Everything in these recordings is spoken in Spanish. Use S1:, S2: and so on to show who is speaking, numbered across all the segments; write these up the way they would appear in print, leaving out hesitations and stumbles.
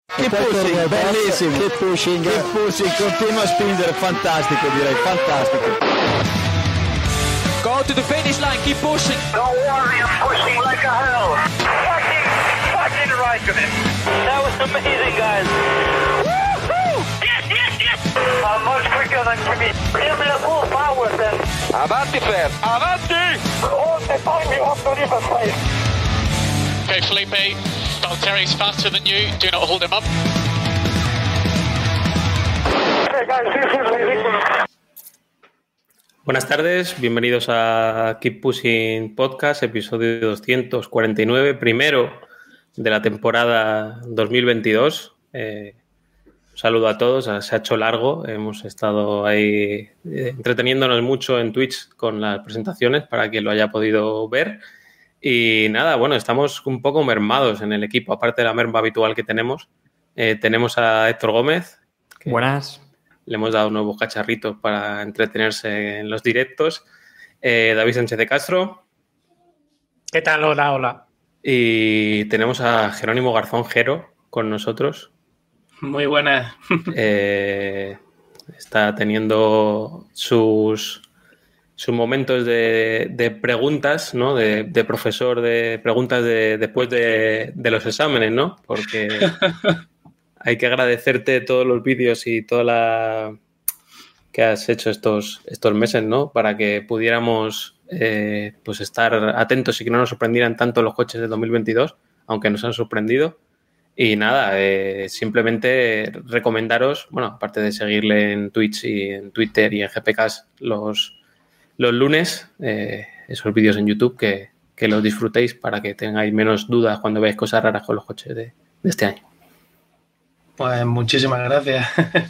S1: Keep pushing, bellissimo. Keep pushing, continua a spingere, fantastico direi, fantastico.
S2: Go to the finish line, keep pushing.
S3: Don't worry, I'm pushing like a hell. Fucking right with it. That was amazing, guys. Woo-hoo! Yes. I'm much quicker than Kimi. Give me the full power then.
S2: Avanti, Fer. Avanti!
S3: All the time you have to leave a place.
S4: Okay, Felipe, Valtteri's faster than you. Do not hold him up.
S3: Hey guys, this is ridiculous.
S5: Buenas tardes, bienvenidos a Keep Pushing Podcast, episodio 249, primero de la temporada 2022. Un saludo a todos, se ha hecho largo, hemos estado ahí entreteniéndonos mucho en Twitch con las presentaciones para quien lo haya podido ver. Y nada, bueno, estamos un poco mermados en el equipo, aparte de la merma habitual que tenemos. Tenemos a Héctor Gómez.
S6: Buenas.
S5: Le hemos dado nuevos cacharritos para entretenerse en los directos. David Sánchez de Castro.
S7: ¿Qué tal? Hola.
S5: Y tenemos a Jerónimo Garzón Jero con nosotros.
S7: Muy buenas.
S5: Está teniendo sus momentos de preguntas, ¿no? De profesor, de preguntas después de los exámenes, ¿no? Porque hay que agradecerte todos los vídeos y toda la que has hecho estos meses, ¿no? Para que pudiéramos pues estar atentos y que no nos sorprendieran tanto los coches de 2022, aunque nos han sorprendido. Y nada, simplemente recomendaros, bueno, aparte de seguirle en Twitch y en Twitter y en GPCast los lunes, esos vídeos en YouTube, que los disfrutéis para que tengáis menos dudas cuando veáis cosas raras con los coches de este año.
S7: Pues muchísimas gracias.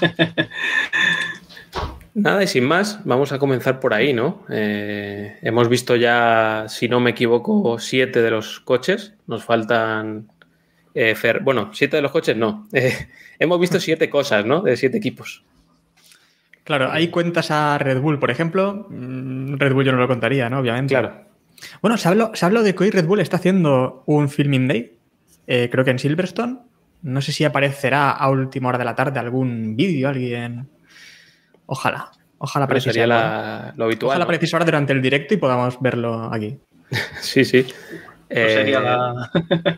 S5: Nada, y sin más, vamos a comenzar por ahí, ¿no? Hemos visto ya, si no me equivoco, 7 de los coches. Nos faltan... 7 de los coches no. Hemos visto 7 cosas, ¿no? De 7 equipos.
S6: Claro, ahí cuentas a Red Bull, por ejemplo. Red Bull yo no lo contaría, ¿no? Obviamente.
S5: Claro.
S6: Bueno, se habló de que hoy Red Bull está haciendo un filming day, creo que en Silverstone. No sé si aparecerá a última hora de la tarde algún vídeo, alguien... Ojalá precise.
S5: Sería lo habitual.
S6: Ojalá
S5: ¿no?
S6: precise ahora durante el directo y podamos verlo aquí.
S5: Sí.
S7: Sería la...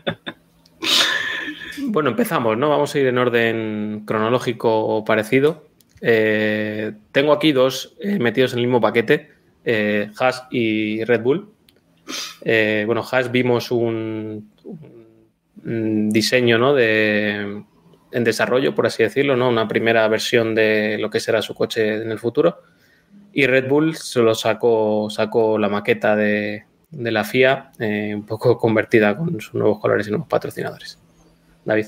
S5: Bueno, empezamos, ¿no? Vamos a ir en orden cronológico o parecido. Tengo aquí 2 metidos en el mismo paquete, Haas y Red Bull. Haas vimos un diseño, ¿no? en desarrollo, por así decirlo, ¿no? Una primera versión de lo que será su coche en el futuro. Y Red Bull solo sacó la maqueta de la FIA, un poco convertida con sus nuevos colores y nuevos patrocinadores. David.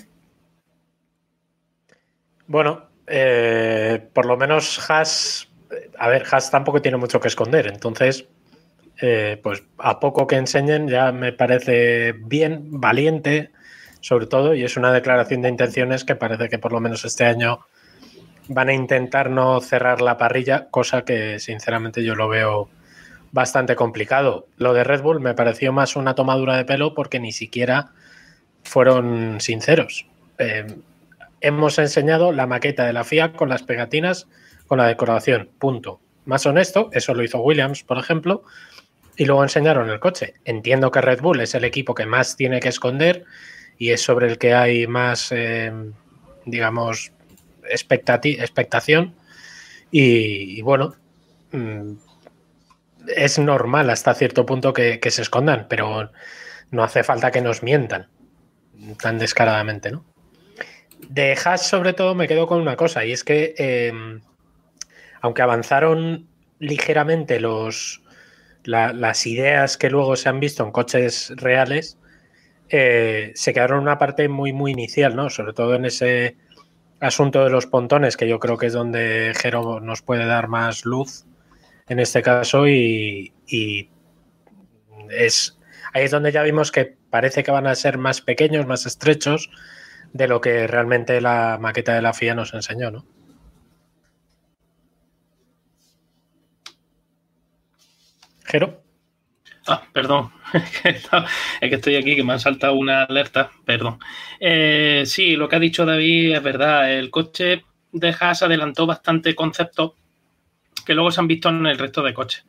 S7: Bueno, por lo menos Haas... A ver, Haas tampoco tiene mucho que esconder, entonces, pues a poco que enseñen ya me parece bien, valiente, sobre todo, y es una declaración de intenciones que parece que por lo menos este año van a intentar no cerrar la parrilla, cosa que sinceramente yo lo veo bastante complicado. Lo de Red Bull me pareció más una tomadura de pelo porque ni siquiera fueron sinceros. Hemos enseñado la maqueta de la FIA con las pegatinas, con la decoración, punto. Más honesto, eso lo hizo Williams, por ejemplo, y luego enseñaron el coche. Entiendo que Red Bull es el equipo que más tiene que esconder y es sobre el que hay más, digamos, expectación. Y bueno, es normal hasta cierto punto que se escondan, pero no hace falta que nos mientan tan descaradamente, ¿no? De Haas, sobre todo, me quedo con una cosa, y es que aunque avanzaron ligeramente las ideas que luego se han visto en coches reales, se quedaron en una parte muy, muy inicial, ¿no? Sobre todo en ese asunto de los pontones, que yo creo que es donde Jero nos puede dar más luz en este caso, y ahí es donde ya vimos que parece que van a ser más pequeños, más estrechos de lo que realmente la maqueta de la FIA nos enseñó, ¿no? ¿Jero?
S8: Perdón. Es que estoy aquí, que me han saltado una alerta, perdón. Sí, lo que ha dicho David es verdad. El coche de Haas adelantó bastante conceptos que luego se han visto en el resto de coches.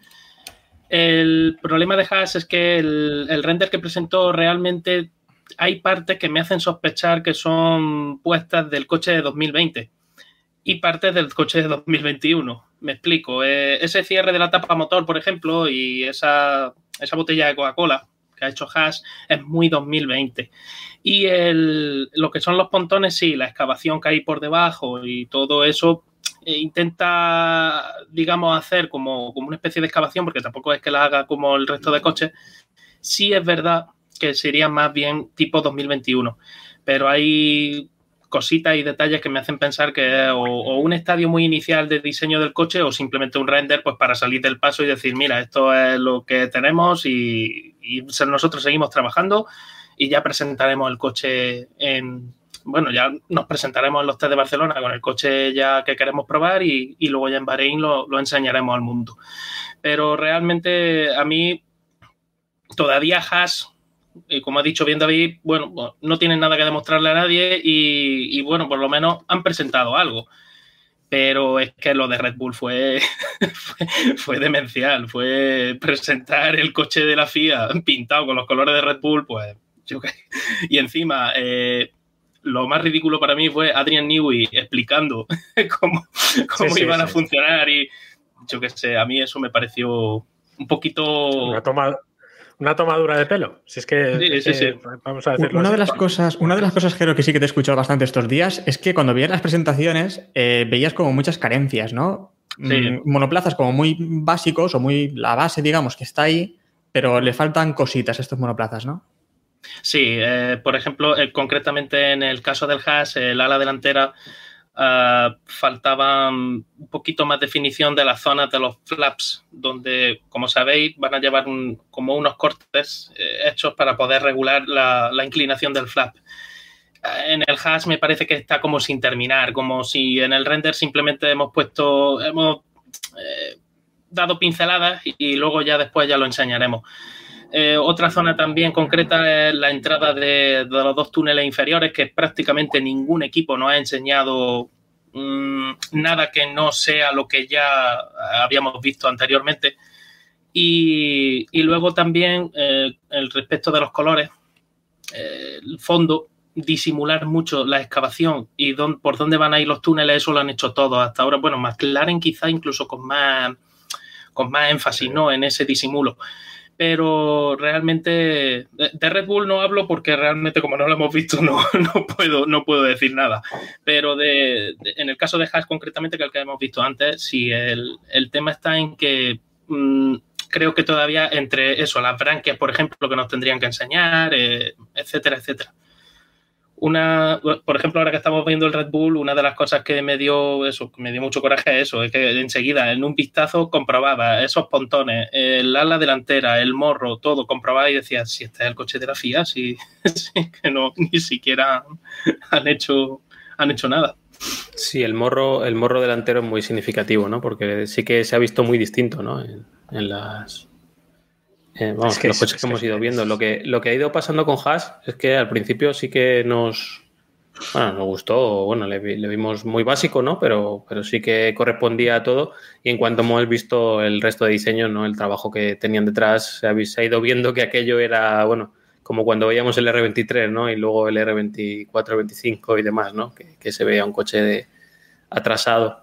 S8: El problema de Haas es que el render que presentó realmente hay partes que me hacen sospechar que son puestas del coche de 2020 y partes del coche de 2021. Me explico. Ese cierre de la tapa motor, por ejemplo, y esa botella de Coca-Cola que ha hecho Haas es muy 2020. Y lo que son los pontones, sí, la excavación que hay por debajo y todo eso intenta, digamos, hacer como una especie de excavación, porque tampoco es que la haga como el resto de coches. Sí es verdad que sería más bien tipo 2021, pero hay cositas y detalles que me hacen pensar que o un estadio muy inicial de diseño del coche o simplemente un render pues para salir del paso y decir, mira, esto es lo que tenemos y nosotros seguimos trabajando y ya presentaremos el coche ya nos presentaremos en los test de Barcelona con el coche ya que queremos probar y luego ya en Bahrein lo enseñaremos al mundo. Pero realmente a mí todavía Haas, y como ha dicho bien David, bueno, no tienen nada que demostrarle a nadie y bueno, por lo menos han presentado algo. Pero es que lo de Red Bull fue demencial. Fue presentar el coche de la FIA pintado con los colores de Red Bull, pues yo qué. Y encima, lo más ridículo para mí fue Adrian Newey explicando cómo iban a funcionar y yo qué sé, a mí eso me pareció un poquito...
S7: Una tomadura de pelo. Si es que,
S8: sí.
S7: Vamos a decirlo
S6: una
S7: así.
S6: de las cosas creo que sí que te he escuchado bastante estos días es que cuando veías las presentaciones veías como muchas carencias, ¿no?
S8: Sí.
S6: Monoplazas como muy básicos o muy la base, digamos, que está ahí, pero le faltan cositas a estos monoplazas, ¿no?
S8: Sí, por ejemplo, concretamente en el caso del Haas, el ala delantera faltaba un poquito más definición de las zonas de los flaps, donde, como sabéis, van a llevar como unos cortes hechos para poder regular la inclinación del flap. En el Haas me parece que está como sin terminar, como si en el render simplemente hemos dado pinceladas y luego ya después ya lo enseñaremos. Otra zona también concreta es la entrada de los dos túneles inferiores, que prácticamente ningún equipo nos ha enseñado nada que no sea lo que ya habíamos visto anteriormente. Y luego también el respecto de los colores, el fondo, disimular mucho la excavación y por dónde van a ir los túneles, eso lo han hecho todos hasta ahora. Bueno, McLaren quizá incluso con más énfasis, ¿no?, en ese disimulo. Pero realmente de Red Bull no hablo porque realmente como no lo hemos visto no puedo decir nada. Pero en el caso de Haas concretamente, que es el que hemos visto antes, sí, el tema está en que creo que todavía entre eso, las branquias, por ejemplo, que nos tendrían que enseñar, etcétera, etcétera. Por ejemplo, ahora que estamos viendo el Red Bull, una de las cosas que me dio mucho coraje es que enseguida, en un vistazo, comprobaba esos pontones, el ala delantera, el morro, todo, comprobaba y decía, si este es el coche de la FIA, sí que no, ni siquiera han hecho nada.
S5: Sí, el morro delantero es muy significativo, ¿no? Porque sí que se ha visto muy distinto, ¿no? En las... los coches que hemos ido viendo. Lo que ha ido pasando con Haas es que al principio sí que nos gustó, le vimos muy básico, ¿no? Pero sí que correspondía a todo y en cuanto hemos visto el resto de diseños, ¿no?, el trabajo que tenían detrás, se ha ido viendo que aquello era, como cuando veíamos el R23, ¿no? Y luego el R24, 25 y demás, ¿no? Que se veía un coche atrasado.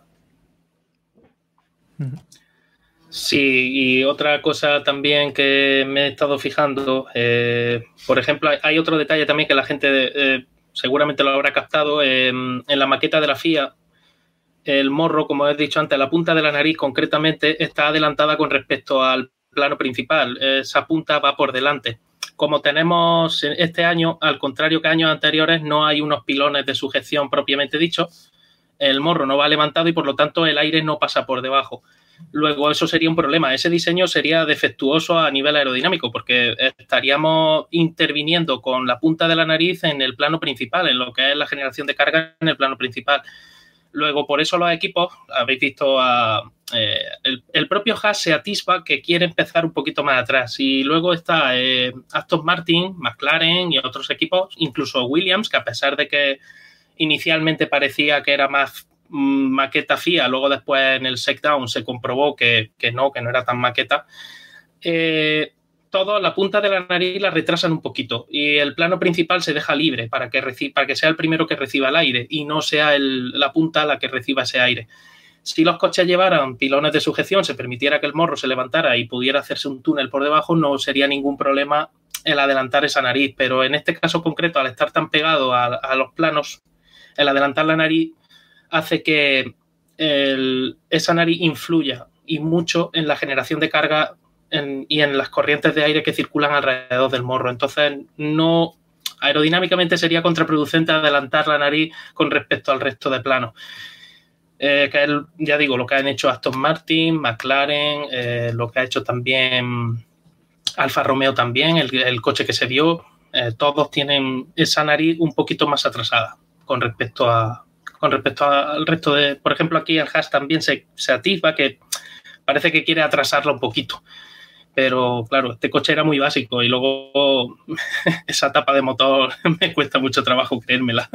S8: Sí, y otra cosa también que me he estado fijando, por ejemplo, hay otro detalle también que la gente seguramente lo habrá captado, en la maqueta de la FIA, el morro, como he dicho antes, la punta de la nariz concretamente está adelantada con respecto al plano principal, esa punta va por delante. Como tenemos este año, al contrario que años anteriores, no hay unos pilones de sujeción propiamente dicho, el morro no va levantado y por lo tanto el aire no pasa por debajo. Luego eso sería un problema. Ese diseño sería defectuoso a nivel aerodinámico porque estaríamos interviniendo con la punta de la nariz en el plano principal, en lo que es la generación de carga en el plano principal. Luego, por eso los equipos, habéis visto a el propio Haas se atisba que quiere empezar un poquito más atrás. Y luego está Aston Martin, McLaren y otros equipos, incluso Williams, que a pesar de que inicialmente parecía que era más maqueta FIA, luego después en el shakedown se comprobó que no era tan maqueta. Todo, la punta de la nariz la retrasan un poquito y el plano principal se deja libre para que sea el primero que reciba el aire y no sea la punta la que reciba ese aire. Si los coches llevaran pilones de sujeción, se permitiera que el morro se levantara y pudiera hacerse un túnel por debajo, no sería ningún problema el adelantar esa nariz, pero en este caso concreto, al estar tan pegado a los planos, el adelantar la nariz hace que esa nariz influya y mucho en la generación de carga y en las corrientes de aire que circulan alrededor del morro. Entonces, aerodinámicamente sería contraproducente adelantar la nariz con respecto al resto de planos. Ya digo, lo que han hecho Aston Martin, McLaren, lo que ha hecho también Alfa Romeo también, el coche que se vio, todos tienen esa nariz un poquito más atrasada con respecto al resto de... Por ejemplo, aquí el Haas también se atisba que parece que quiere atrasarla un poquito. Pero, claro, este coche era muy básico y luego esa tapa de motor me cuesta mucho trabajo creérmela.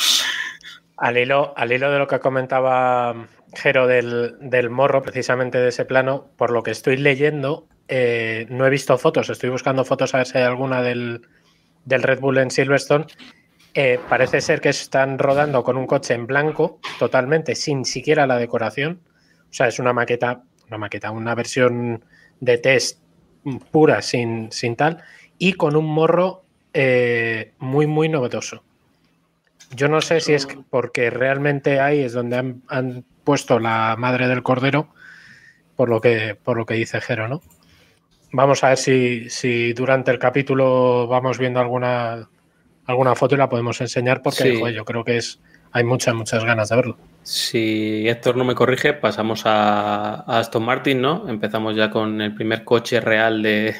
S7: Al hilo de lo que comentaba Jero del morro, precisamente de ese plano, por lo que estoy leyendo, no he visto fotos, estoy buscando fotos a ver si hay alguna del Red Bull en Silverstone. Parece ser que están rodando con un coche en blanco, totalmente, sin siquiera la decoración. O sea, es una versión de test pura, sin tal, y con un morro muy, muy novedoso. Yo no sé si es porque realmente ahí es donde han puesto la madre del cordero, por lo que dice Jero, ¿no? Vamos a ver si durante el capítulo vamos viendo alguna foto y la podemos enseñar, porque
S5: sí.
S7: Joder, yo creo que hay muchas ganas de verlo.
S5: Si Héctor no me corrige, pasamos a Aston Martin, ¿no? Empezamos ya con el primer coche real de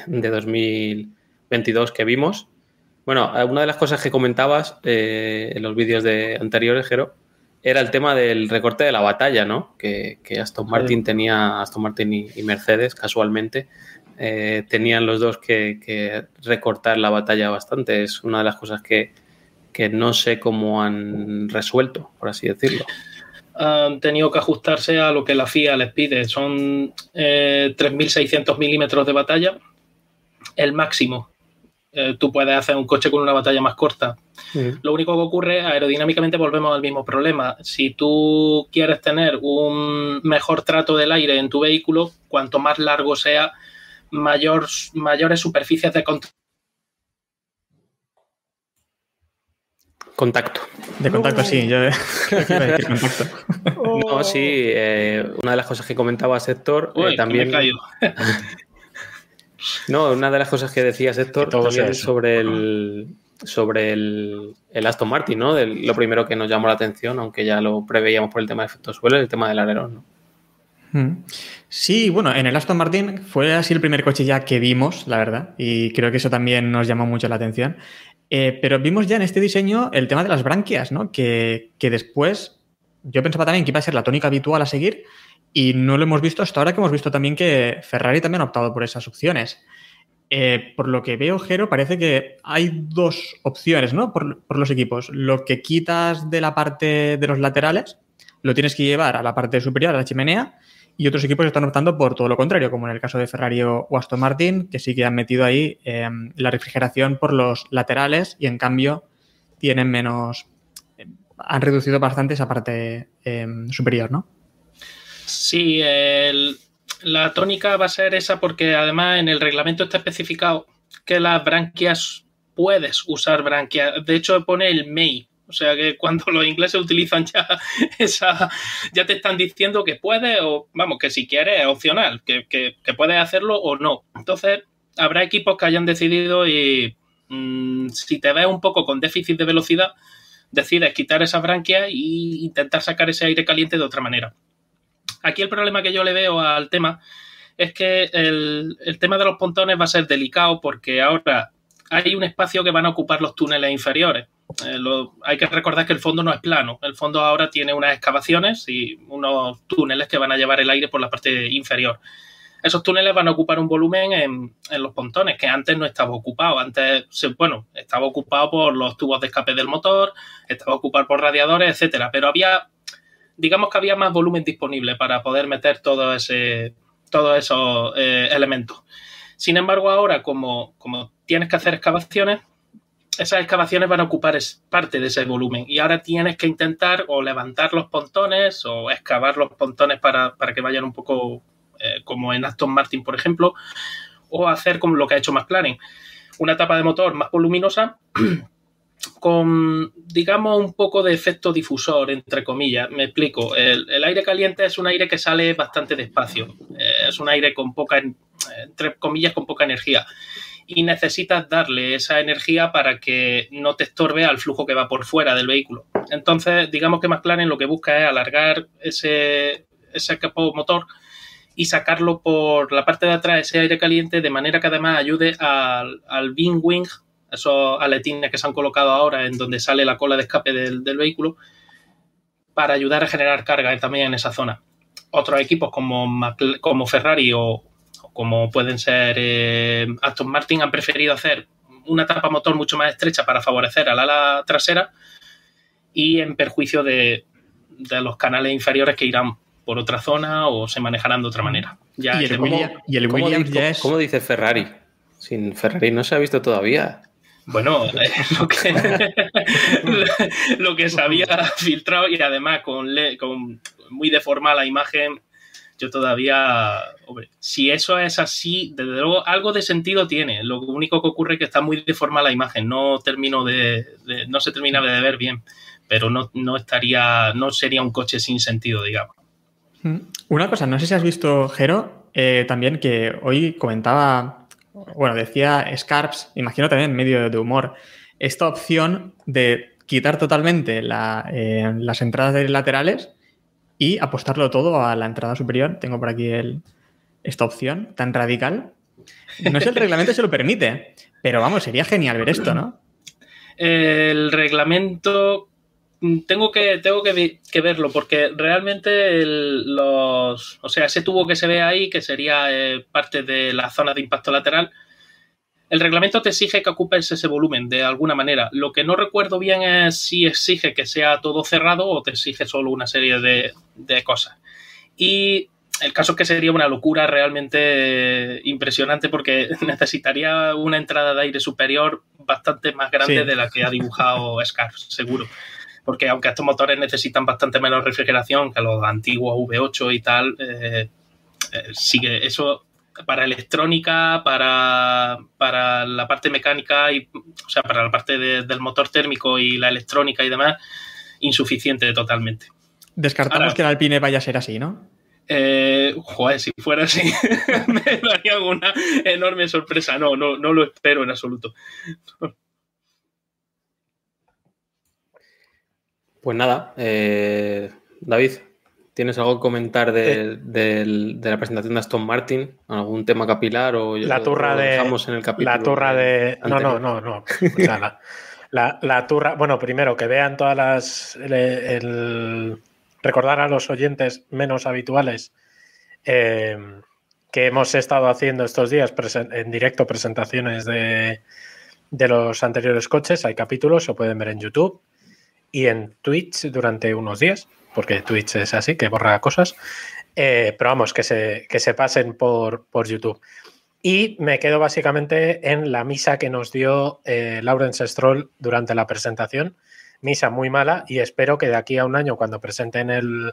S5: 2022 que vimos. Bueno, una de las cosas que comentabas en los vídeos anteriores, Jero, era el tema del recorte de la batalla, ¿no? Que Aston Martin tenía, Aston Martin y Mercedes, casualmente, tenían los dos que recortar la batalla bastante. Es una de las cosas que no sé cómo han resuelto, por así decirlo.
S8: Han tenido que ajustarse a lo que la FIA les pide. Son 3.600 milímetros de batalla, el máximo. Tú puedes hacer un coche con una batalla más corta. Lo único que ocurre, aerodinámicamente volvemos al mismo problema. Si tú quieres tener un mejor trato del aire en tu vehículo, cuanto más largo sea, mayores superficies de
S5: contacto.
S6: De contacto, sí. Yo creo que iba a decir contacto.
S5: No, sí. Una de las cosas que comentabas, Héctor, también...
S8: Que me he caído.
S5: No, una de las cosas que decías, Héctor, también es sobre el Aston Martin, ¿no? Lo primero que nos llamó la atención, aunque ya lo preveíamos por el tema de efectos suelo, el tema del alerón, ¿no?
S6: Sí, bueno, en el Aston Martin fue así el primer coche ya que vimos, la verdad, y creo que eso también nos llamó mucho la atención. Pero vimos ya en este diseño el tema de las branquias, ¿no? Que después yo pensaba también que iba a ser la tónica habitual a seguir y no lo hemos visto hasta ahora, que hemos visto también que Ferrari también ha optado por esas opciones. Por lo que veo, Jero, parece que hay dos opciones, ¿no? Por los equipos. Lo que quitas de la parte de los laterales lo tienes que llevar a la parte superior, a la chimenea, y otros equipos están optando por todo lo contrario, como en el caso de Ferrari o Aston Martin, que sí que han metido ahí la refrigeración por los laterales y en cambio tienen menos... han reducido bastante esa parte superior, ¿no?
S8: Sí, la tónica va a ser esa porque además en el reglamento está especificado que las branquias puedes usar branquias. De hecho pone el may. O sea que cuando los ingleses utilizan ya ya te están diciendo que puedes o, vamos, que si quieres es opcional, que puedes hacerlo o no. Entonces, habrá equipos que hayan decidido y si te ves un poco con déficit de velocidad, decides quitar esas branquias e intentar sacar ese aire caliente de otra manera. Aquí el problema que yo le veo al tema es que el tema de los pontones va a ser delicado porque ahora hay un espacio que van a ocupar los túneles inferiores. Hay que recordar que el fondo no es plano. El fondo ahora tiene unas excavaciones y unos túneles que van a llevar el aire por la parte inferior. Esos túneles van a ocupar un volumen en los pontones, que antes no estaba ocupado. Antes, estaba ocupado por los tubos de escape del motor, estaba ocupado por radiadores, etcétera. Pero digamos que había más volumen disponible para poder meter todos esos elementos. Sin embargo, ahora, como tienes que hacer excavaciones, esas excavaciones van a ocupar parte de ese volumen y ahora tienes que intentar o levantar los pontones o excavar los pontones para que vayan un poco como en Aston Martin, por ejemplo, o hacer como lo que ha hecho McLaren, una tapa de motor más voluminosa con, digamos, un poco de efecto difusor, entre comillas. Me explico. El aire caliente es un aire que sale bastante despacio. Es un aire con poca, entre comillas, con poca energía. Y necesitas darle esa energía para que no te estorbe al flujo que va por fuera del vehículo. Entonces, digamos que McLaren lo que busca es alargar ese capó motor y sacarlo por la parte de atrás, ese aire caliente, de manera que además ayude al beam wing, esos aletines que se han colocado ahora en donde sale la cola de escape del vehículo, para ayudar a generar carga también en esa zona. Otros equipos como Ferrari o como pueden ser Aston Martin han preferido hacer una tapa motor mucho más estrecha para favorecer al ala trasera y en perjuicio de los canales inferiores que irán por otra zona o se manejarán de otra manera. Ya
S6: y el Williams ya es...
S5: ¿Cómo dice Ferrari? Sin Ferrari no se ha visto todavía.
S8: Bueno, lo que se había filtrado y además con muy deformada la imagen, yo todavía... Hombre, si eso es así, desde luego algo de sentido tiene. Lo único que ocurre es que está muy deformada la imagen. No se termina de ver bien, pero no sería un coche sin sentido, digamos.
S6: Una cosa, no sé si has visto, Jero, también que hoy comentaba, decía Scarps, imagino también en medio de humor, esta opción de quitar totalmente las entradas laterales y apostarlo todo a la entrada superior. Tengo por aquí esta opción tan radical. No sé, el reglamento se lo permite, pero vamos, sería genial ver esto, ¿no?
S8: El reglamento... Tengo que verlo porque realmente ese tubo que se ve ahí, que sería parte de la zona de impacto lateral, el reglamento te exige que ocupes ese volumen de alguna manera. Lo que no recuerdo bien es si exige que sea todo cerrado o te exige solo una serie de cosas. Y el caso es que sería una locura realmente impresionante porque necesitaría una entrada de aire superior bastante más grande de la que ha dibujado Scarf, seguro. Porque aunque estos motores necesitan bastante menos refrigeración que los antiguos V8 y tal, sigue eso para electrónica, para la parte mecánica, para la parte del motor térmico y la electrónica y demás, insuficiente totalmente.
S6: Descartamos ahora, que el Alpine vaya a ser así, ¿no?
S8: Si fuera así, me daría una enorme sorpresa. No lo espero en absoluto.
S5: Pues nada, David, ¿tienes algo que comentar de la presentación de Aston Martin? ¿Algún tema capilar o
S7: la turra de
S5: dejamos en el capítulo?
S7: La turra de... No. O sea, la turra... Bueno, primero, que vean todas las... recordar a los oyentes menos habituales que hemos estado haciendo estos días en directo presentaciones de los anteriores coches. Hay capítulos, se pueden ver en YouTube y en Twitch durante unos días, porque Twitch es así, que borra cosas, pero vamos, que se pasen por YouTube. Y me quedo básicamente en la misa que nos dio Lawrence Stroll durante la presentación, misa muy mala, y espero que de aquí a un año, cuando presenten el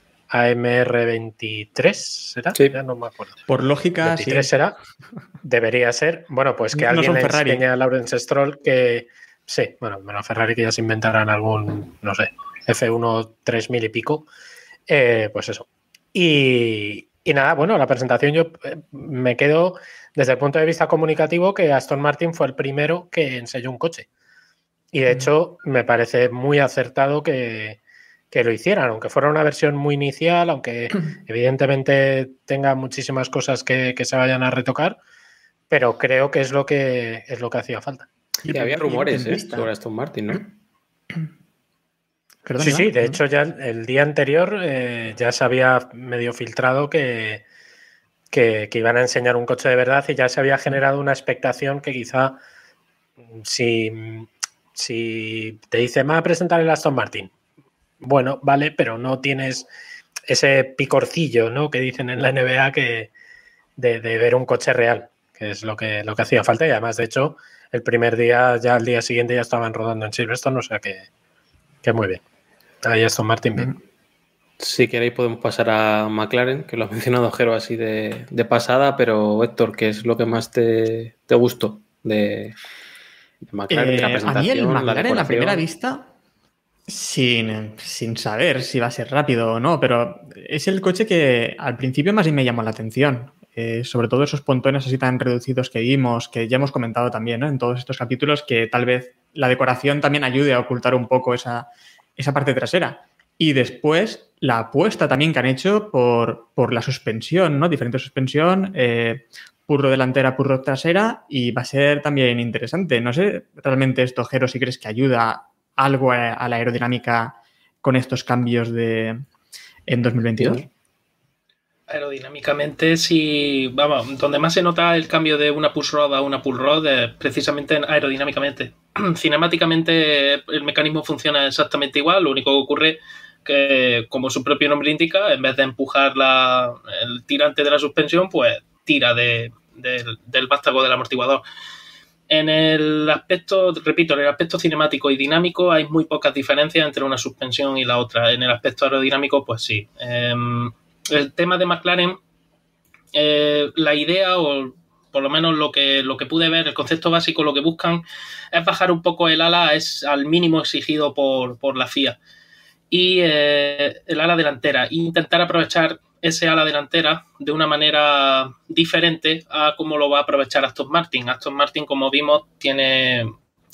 S7: AMR23, ¿será?
S5: Sí.
S7: Ya no me acuerdo.
S6: Por lógica,
S7: 23
S6: sí.
S7: será, debería ser, bueno, pues que
S6: no
S7: alguien le
S6: Ferrari.
S7: enseñe a Lawrence Stroll que... Sí, bueno, menos Ferrari, que ya se inventarán algún, no sé, F1 3000 y pico. Pues eso. Y nada, bueno, la presentación yo me quedo desde el punto de vista comunicativo que Aston Martin fue el primero que enseñó un coche. Y de hecho me parece muy acertado que lo hicieran, aunque fuera una versión muy inicial, aunque evidentemente tenga muchísimas cosas que se vayan a retocar. pero creo que es lo que hacía falta.
S5: Y había rumores sobre Aston Martin, ¿no?
S6: Perdón,
S7: Sí,
S6: Iván.
S7: sí, de hecho ya el día anterior ya se había medio filtrado que iban a enseñar un coche de verdad y ya se había generado una expectación que quizá si te dice, me va a presentar el Aston Martin, bueno, vale, pero no tienes ese picorcillo, ¿no?, que dicen en la NBA que de ver un coche real, que es lo que hacía falta. Y además, de hecho, el primer día, ya al día siguiente ya estaban rodando en Silverstone, o sea que muy bien. Ahí Aston Martin bien.
S5: Si queréis podemos pasar a McLaren, que lo ha mencionado Jero así de pasada, pero Héctor, ¿qué es lo que más te gustó de McLaren? La presentación,
S6: a mí el McLaren, a primera
S5: vista,
S6: sin saber si va a ser rápido o no, pero es el coche que al principio más me llamó la atención. Sobre todo esos pontones así tan reducidos que vimos, que ya hemos comentado también, ¿no?, en todos estos capítulos, que tal vez la decoración también ayude a ocultar un poco esa parte trasera. Y después la apuesta también que han hecho por la suspensión, ¿no? Diferente suspensión, purro delantera, purro trasera, y va a ser también interesante. No sé realmente esto, Jero, si crees que ayuda algo a la aerodinámica con estos cambios en 2022.
S8: Aerodinámicamente, sí, vamos, donde más se nota el cambio de una push rod a una pull rod es precisamente aerodinámicamente. Cinemáticamente el mecanismo funciona exactamente igual, lo único que ocurre que, como su propio nombre indica, en vez de empujar el tirante de la suspensión, pues tira del vástago del amortiguador. En el aspecto, repito, en el aspecto cinemático y dinámico hay muy pocas diferencias entre una suspensión y la otra. En el aspecto aerodinámico, pues sí. El tema de McLaren, la idea, o por lo menos lo que pude ver, el concepto básico, lo que buscan es bajar un poco el ala al mínimo exigido por la FIA. Y el ala delantera, intentar aprovechar ese ala delantera de una manera diferente a cómo lo va a aprovechar Aston Martin. Aston Martin, como vimos, tiene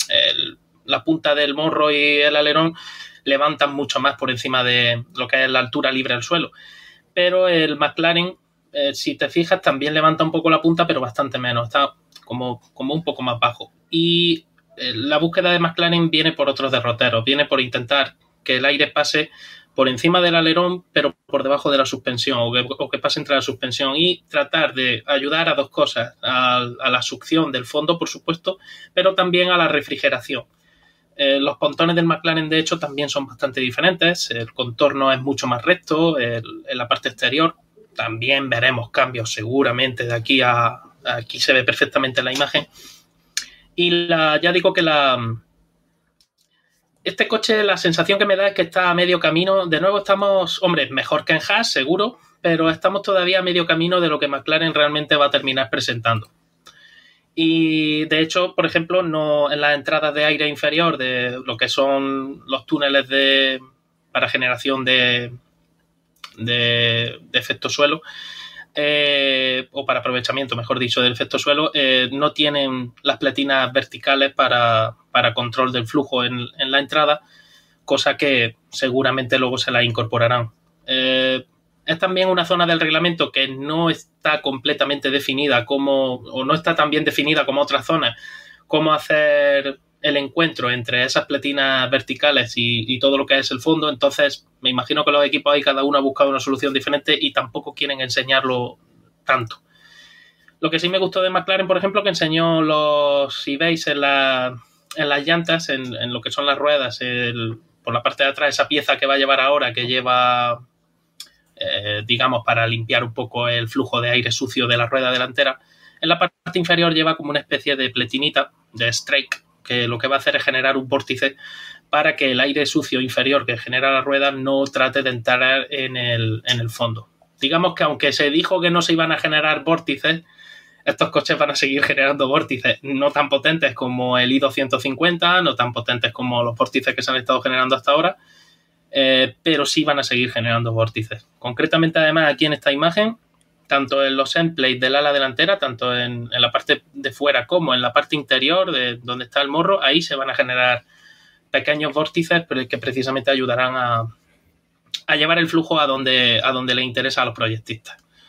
S8: la punta del morro y el alerón levantan mucho más por encima de lo que es la altura libre al suelo. Pero el McLaren, si te fijas, también levanta un poco la punta, pero bastante menos. Está como un poco más bajo. Y la búsqueda de McLaren viene por otros derroteros. Viene por intentar que el aire pase por encima del alerón, pero por debajo de la suspensión, o que pase entre la suspensión, y tratar de ayudar a dos cosas: a la succión del fondo, por supuesto, pero también a la refrigeración. Los pontones del McLaren, de hecho, también son bastante diferentes. El contorno es mucho más recto. En la parte exterior también veremos cambios seguramente de aquí a aquí. Se ve perfectamente en la imagen. Y ya digo que este coche, la sensación que me da es que está a medio camino. De nuevo estamos, hombre, mejor que en Haas, seguro, pero estamos todavía a medio camino de lo que McLaren realmente va a terminar presentando. Y de hecho, por ejemplo, no en las entradas de aire inferior de lo que son los túneles para generación de efecto suelo, o para aprovechamiento, mejor dicho, del efecto suelo, no tienen las pletinas verticales para control del flujo en la entrada, cosa que seguramente luego se la incorporarán. Es también una zona del reglamento que no está completamente definida o no está tan bien definida como otras zonas, cómo hacer el encuentro entre esas pletinas verticales y todo lo que es el fondo. Entonces me imagino que los equipos ahí cada uno ha buscado una solución diferente y tampoco quieren enseñarlo tanto. Lo que sí me gustó de McLaren, por ejemplo, que enseñó si veis en las llantas, en lo que son las ruedas, por la parte de atrás, esa pieza que va a llevar ahora, que lleva digamos, para limpiar un poco el flujo de aire sucio de la rueda delantera. En la parte inferior lleva como una especie de pletinita, de strake, que lo que va a hacer es generar un vórtice para que el aire sucio inferior que genera la rueda no trate de entrar en el fondo. Digamos que aunque se dijo que no se iban a generar vórtices, estos coches van a seguir generando vórtices, no tan potentes como el i250, no tan potentes como los vórtices que se han estado generando hasta ahora, pero sí van a seguir generando vórtices. Concretamente, además, aquí en esta imagen, tanto en los endplates del ala delantera, tanto en la parte de fuera como en la parte interior, de donde está el morro, ahí se van a generar pequeños vórtices que precisamente ayudarán a llevar el flujo a donde le interesa a los proyectistas.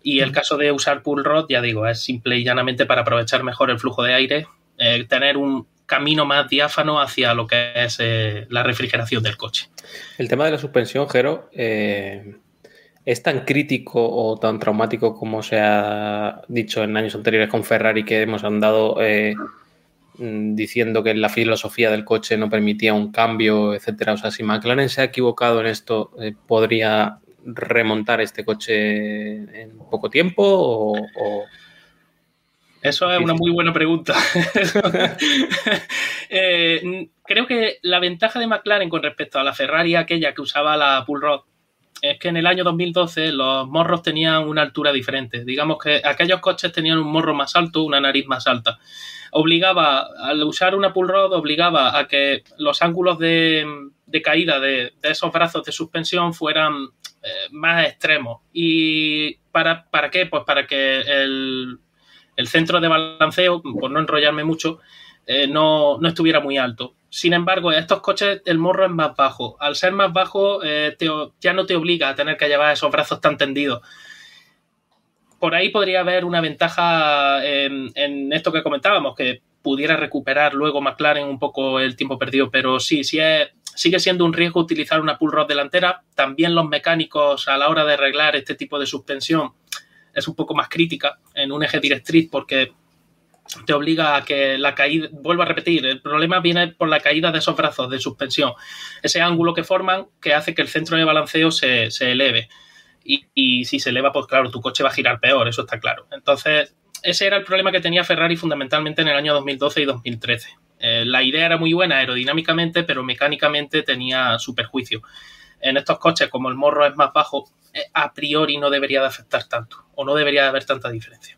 S8: Y el caso de usar pull rod, ya digo, es simple y llanamente para aprovechar mejor el flujo de aire, tener un camino más diáfano hacia lo que es la refrigeración del coche.
S5: El tema de la suspensión, Jero, ¿es tan crítico o tan traumático como se ha dicho en años anteriores con Ferrari, que hemos andado diciendo que la filosofía del coche no permitía un cambio, etcétera? O sea, si McLaren se ha equivocado en esto, ¿podría remontar este coche en poco tiempo o...
S8: Eso es una muy buena pregunta. Creo que la ventaja de McLaren con respecto a la Ferrari, aquella que usaba la pull rod, es que en el año 2012 los morros tenían una altura diferente. Digamos que aquellos coches tenían un morro más alto, una nariz más alta. Al usar una pull rod, obligaba a que los ángulos de caída de esos brazos de suspensión fueran más extremos. ¿Y para qué? Pues para que el centro de balanceo, por no enrollarme mucho, no estuviera muy alto. Sin embargo, en estos coches el morro es más bajo. Al ser más bajo, ya no te obliga a tener que llevar esos brazos tan tendidos. Por ahí podría haber una ventaja en esto que comentábamos, que pudiera recuperar luego McLaren un poco el tiempo perdido, pero sigue siendo un riesgo utilizar una pull rod delantera. También los mecánicos, a la hora de arreglar este tipo de suspensión, es un poco más crítica en un eje directriz porque te obliga a que la caída, vuelvo a repetir, el problema viene por la caída de esos brazos de suspensión, ese ángulo que forman que hace que el centro de balanceo se eleve y si se eleva, pues claro, tu coche va a girar peor, eso está claro. Entonces, ese era el problema que tenía Ferrari fundamentalmente en el año 2012 y 2013. La idea era muy buena aerodinámicamente, pero mecánicamente tenía su perjuicio. En estos coches, como el morro es más bajo, a priori no debería de afectar tanto o no debería de haber tanta diferencia.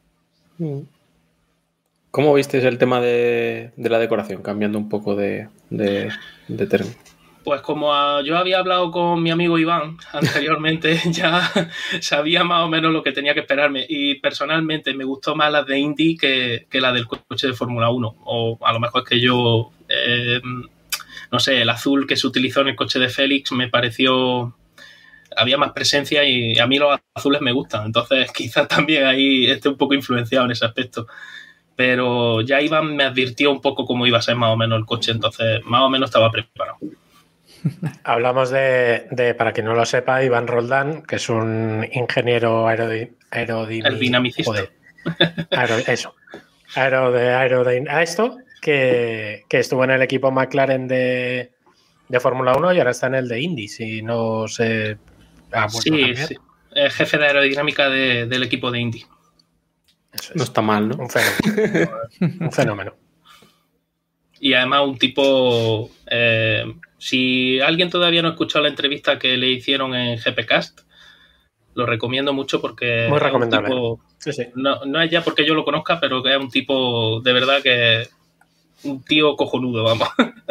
S5: ¿Cómo visteis el tema de la decoración? Cambiando un poco de término.
S8: Pues como yo había hablado con mi amigo Iván anteriormente, ya sabía más o menos lo que tenía que esperarme y personalmente me gustó más la de Indy que la del coche de Fórmula 1. O a lo mejor es que yo, no sé, el azul que se utilizó en el coche de Félix me pareció... había más presencia y a mí los azules me gustan, entonces quizás también ahí esté un poco influenciado en ese aspecto. Pero ya Iván me advirtió un poco cómo iba a ser más o menos el coche, entonces más o menos estaba preparado.
S7: Hablamos para quien no lo sepa, Iván Roldán, que es un ingeniero
S8: dinamicista.
S7: Que estuvo en el equipo McLaren de Fórmula 1 y ahora está en el de Indy, si no se ha vuelto a cambiar.
S8: Sí. Jefe de aerodinámica del equipo de Indy.
S7: Eso es.
S5: No está mal, ¿no?
S7: Un fenómeno. Un fenómeno.
S8: Y además un tipo... si alguien todavía no ha escuchado la entrevista que le hicieron en GPcast, lo recomiendo mucho porque...
S7: Muy recomendable.
S8: Sí. No es ya porque yo lo conozca, pero que es un tipo de verdad que... un tío cojonudo, vamos.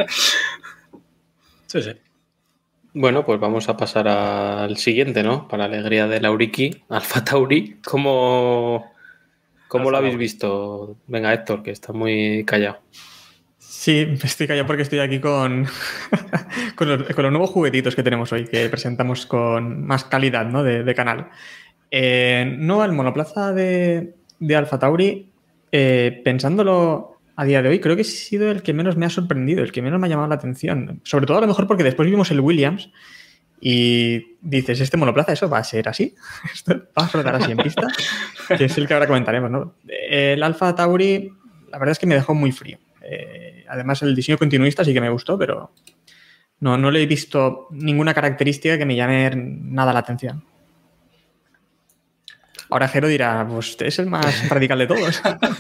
S7: Sí.
S5: Bueno, pues vamos a pasar al siguiente, ¿no? Para alegría de Lauriki, Alfa Tauri. ¿Cómo lo habéis visto? Venga, Héctor, que está muy callado.
S6: Sí, estoy callado porque estoy aquí con los nuevos juguetitos que tenemos hoy, que presentamos con más calidad, ¿no? de canal. No, el monoplaza de Alfa Tauri, pensándolo a día de hoy, creo que ha sido el que menos me ha sorprendido, el que menos me ha llamado la atención. Sobre todo a lo mejor porque después vimos el Williams y dices, ¿este monoplaza eso va a ser así? ¿Esto va a flotar así en pista? Que es el que ahora comentaremos, ¿no? El Alfa Tauri, la verdad es que me dejó muy frío. Además, el diseño continuista sí que me gustó, pero no le he visto ninguna característica que me llame nada la atención. Ahora Jero dirá, pues es el más radical de todos.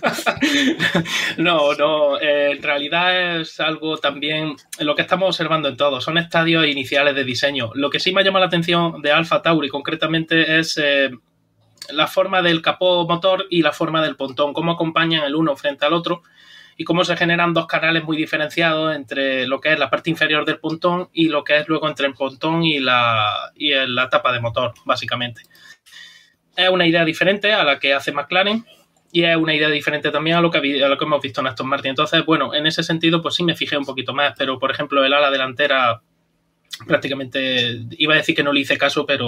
S8: No, en realidad es algo también lo que estamos observando en todos, son estadios iniciales de diseño. Lo que sí me llama la atención de Alfa Tauri concretamente es la forma del capó motor y la forma del pontón, cómo acompañan el uno frente al otro y cómo se generan dos canales muy diferenciados entre lo que es la parte inferior del pontón y lo que es luego entre el pontón y la tapa de motor, básicamente. Es una idea diferente a la que hace McLaren y es una idea diferente también a lo que hemos visto en Aston Martin. Entonces, bueno, en ese sentido, pues sí me fijé un poquito más, pero por ejemplo, el ala delantera prácticamente, iba a decir que no le hice caso, pero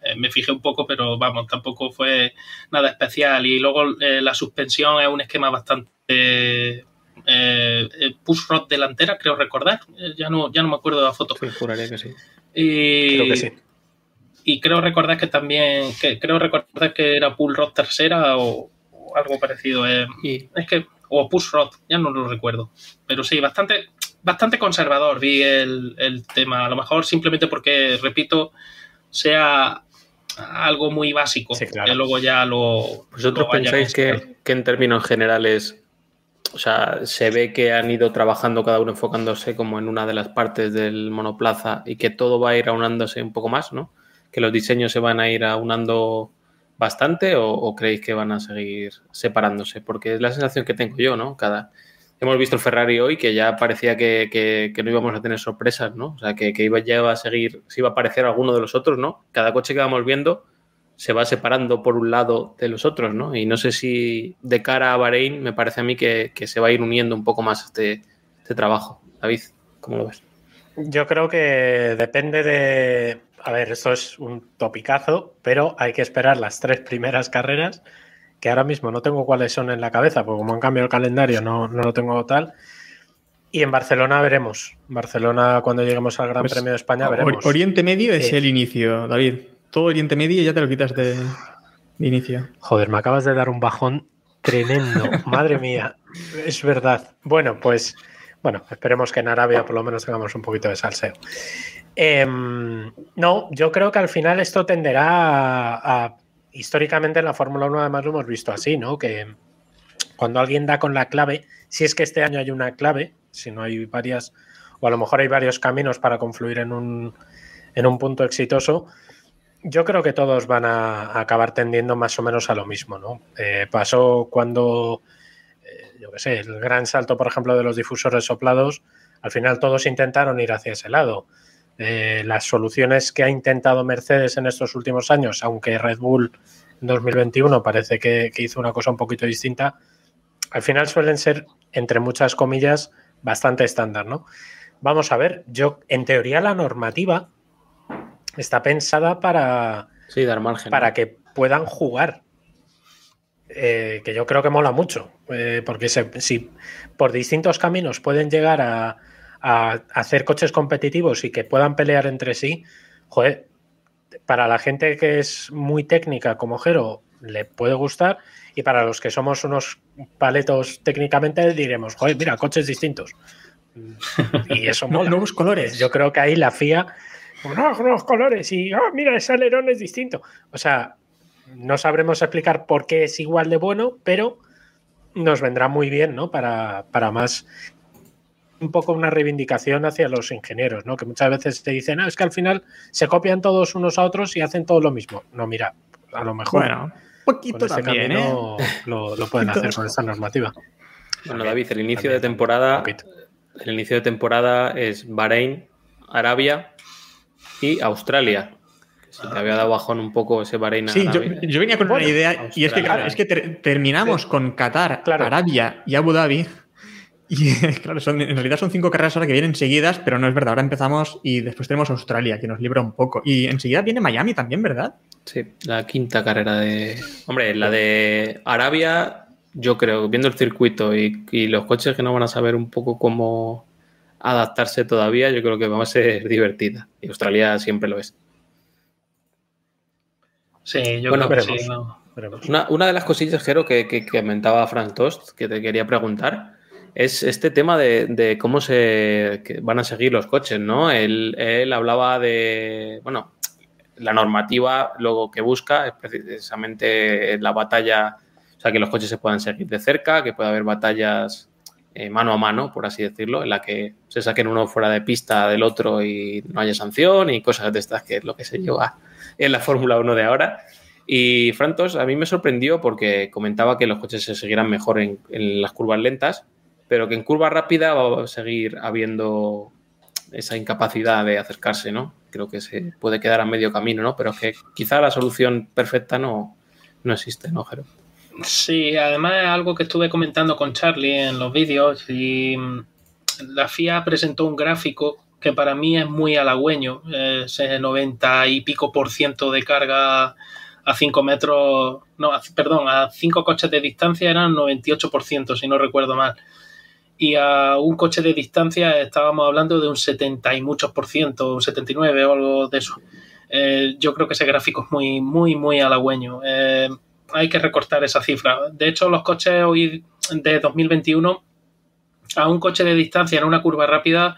S8: Me fijé un poco, pero vamos, tampoco fue nada especial. Y luego la suspensión es un esquema bastante push rod delantera, creo recordar. Ya no me acuerdo de la foto.
S5: Sí, juraría que sí.
S7: Creo que sí.
S8: Y creo recordar que también, que era pull rod tercera o algo parecido. O push rod, ya no lo recuerdo. Pero sí, bastante conservador vi el tema. A lo mejor simplemente porque, repito, sea algo muy básico.
S7: Sí, claro.
S8: Que luego ya lo...
S5: ¿Vosotros pensáis que en términos generales, o sea, se ve que han ido trabajando cada uno enfocándose como en una de las partes del monoplaza y que todo va a ir aunándose un poco más, ¿no? ¿Que los diseños se van a ir aunando bastante o creéis que van a seguir separándose? Porque es la sensación que tengo yo, ¿no? Hemos visto el Ferrari hoy que ya parecía que no íbamos a tener sorpresas, ¿no? O sea, que ya iba a seguir, se iba a parecer a alguno de los otros, ¿no? Cada coche que vamos viendo se va separando por un lado de los otros, ¿no? Y no sé si de cara a Bahrein me parece a mí que se va a ir uniendo un poco más este trabajo. David, ¿cómo lo ves?
S7: Yo creo que depende de... A ver, esto es un topicazo, pero hay que esperar las 3 primeras carreras, que ahora mismo no tengo cuáles son en la cabeza, porque como han cambiado el calendario no lo tengo tal. Y en Barcelona veremos. Barcelona, cuando lleguemos al Gran Premio de España, veremos.
S6: Oriente Medio es el inicio, David. Todo Oriente Medio ya te lo quitas de inicio.
S7: Joder, me acabas de dar un bajón tremendo. Madre mía, es verdad. Bueno, pues... Bueno, esperemos que en Arabia por lo menos tengamos un poquito de salseo. No, yo creo que al final esto tenderá a históricamente en la Fórmula 1 además lo hemos visto así, ¿no? Que cuando alguien da con la clave, si es que este año hay una clave, si no hay varias, o a lo mejor hay varios caminos para confluir en un punto exitoso, yo creo que todos van a acabar tendiendo más o menos a lo mismo, ¿no? Pasó cuando... yo qué sé, el gran salto, por ejemplo, de los difusores soplados, al final todos intentaron ir hacia ese lado. Las soluciones que ha intentado Mercedes en estos últimos años, aunque Red Bull en 2021 parece que hizo una cosa un poquito distinta, al final suelen ser, entre muchas comillas, bastante estándar, ¿no? Vamos a ver, en teoría la normativa está pensada para
S5: dar margen,
S7: para
S5: ¿no?
S7: que puedan jugar. Que yo creo que mola mucho, porque si por distintos caminos pueden llegar a hacer coches competitivos y que puedan pelear entre sí, joder, para la gente que es muy técnica como Jero le puede gustar, y para los que somos unos paletos técnicamente diremos, joder, mira, coches distintos. Y eso mola.
S6: Nuevos colores.
S7: Yo creo que ahí la FIA, nuevos colores y mira, ese alerón es distinto. O sea, no sabremos explicar por qué es igual de bueno, pero nos vendrá muy bien, ¿no? Para más un poco una reivindicación hacia los ingenieros, ¿no? Que muchas veces te dicen, es que al final se copian todos unos a otros y hacen todo lo mismo. No, mira, a lo mejor
S6: bueno, poquito
S7: con este
S6: también,
S7: camino lo pueden hacer con esta normativa.
S5: Bueno, David, el inicio de temporada es Bahrein, Arabia y Australia. Si te había dado bajón un poco ese Bahrein.
S6: Sí, yo venía con una idea, y es que, claro, terminamos con Qatar, Arabia y Abu Dhabi. Y claro, en realidad son 5 carreras ahora que vienen seguidas, pero no es verdad. Ahora empezamos y después tenemos Australia, que nos libra un poco. Y enseguida viene Miami también, ¿verdad?
S5: Sí, la quinta carrera de... Hombre, la de Arabia, yo creo, viendo el circuito y los coches que no van a saber un poco cómo adaptarse todavía, yo creo que va a ser divertida. Y Australia siempre lo es.
S8: Sí, yo creo que sí.
S5: Una de las cosillas, Jero, que comentaba Frank Tost, que te quería preguntar, es este tema de cómo que van a seguir los coches, ¿no? Él hablaba de, bueno, la normativa lo que busca es precisamente la batalla, o sea, que los coches se puedan seguir de cerca, que pueda haber batallas mano a mano, por así decirlo, en la que se saquen uno fuera de pista del otro y no haya sanción y cosas de estas, que es lo que se lleva en la Fórmula 1 de ahora. Y Frantos a mí me sorprendió porque comentaba que los coches se seguirán mejor en las curvas lentas, pero que en curva rápida va a seguir habiendo esa incapacidad de acercarse, ¿no? Creo que se puede quedar a medio camino, ¿no? Pero que quizá la solución perfecta no existe, ¿no, Jero?
S8: Sí, además es algo que estuve comentando con Charlie en los vídeos, y la FIA presentó un gráfico que para mí es muy halagüeño. Ese 90 y pico % de carga a 5 metros, no, perdón, a 5 coches de distancia eran 98%, si no recuerdo mal. Y a un coche de distancia estábamos hablando de un 70 y muchos %, un 79 o algo de eso. Yo creo que ese gráfico es muy, muy, muy halagüeño. Hay que recortar esa cifra. De hecho, los coches hoy de 2021, a un coche de distancia en una curva rápida,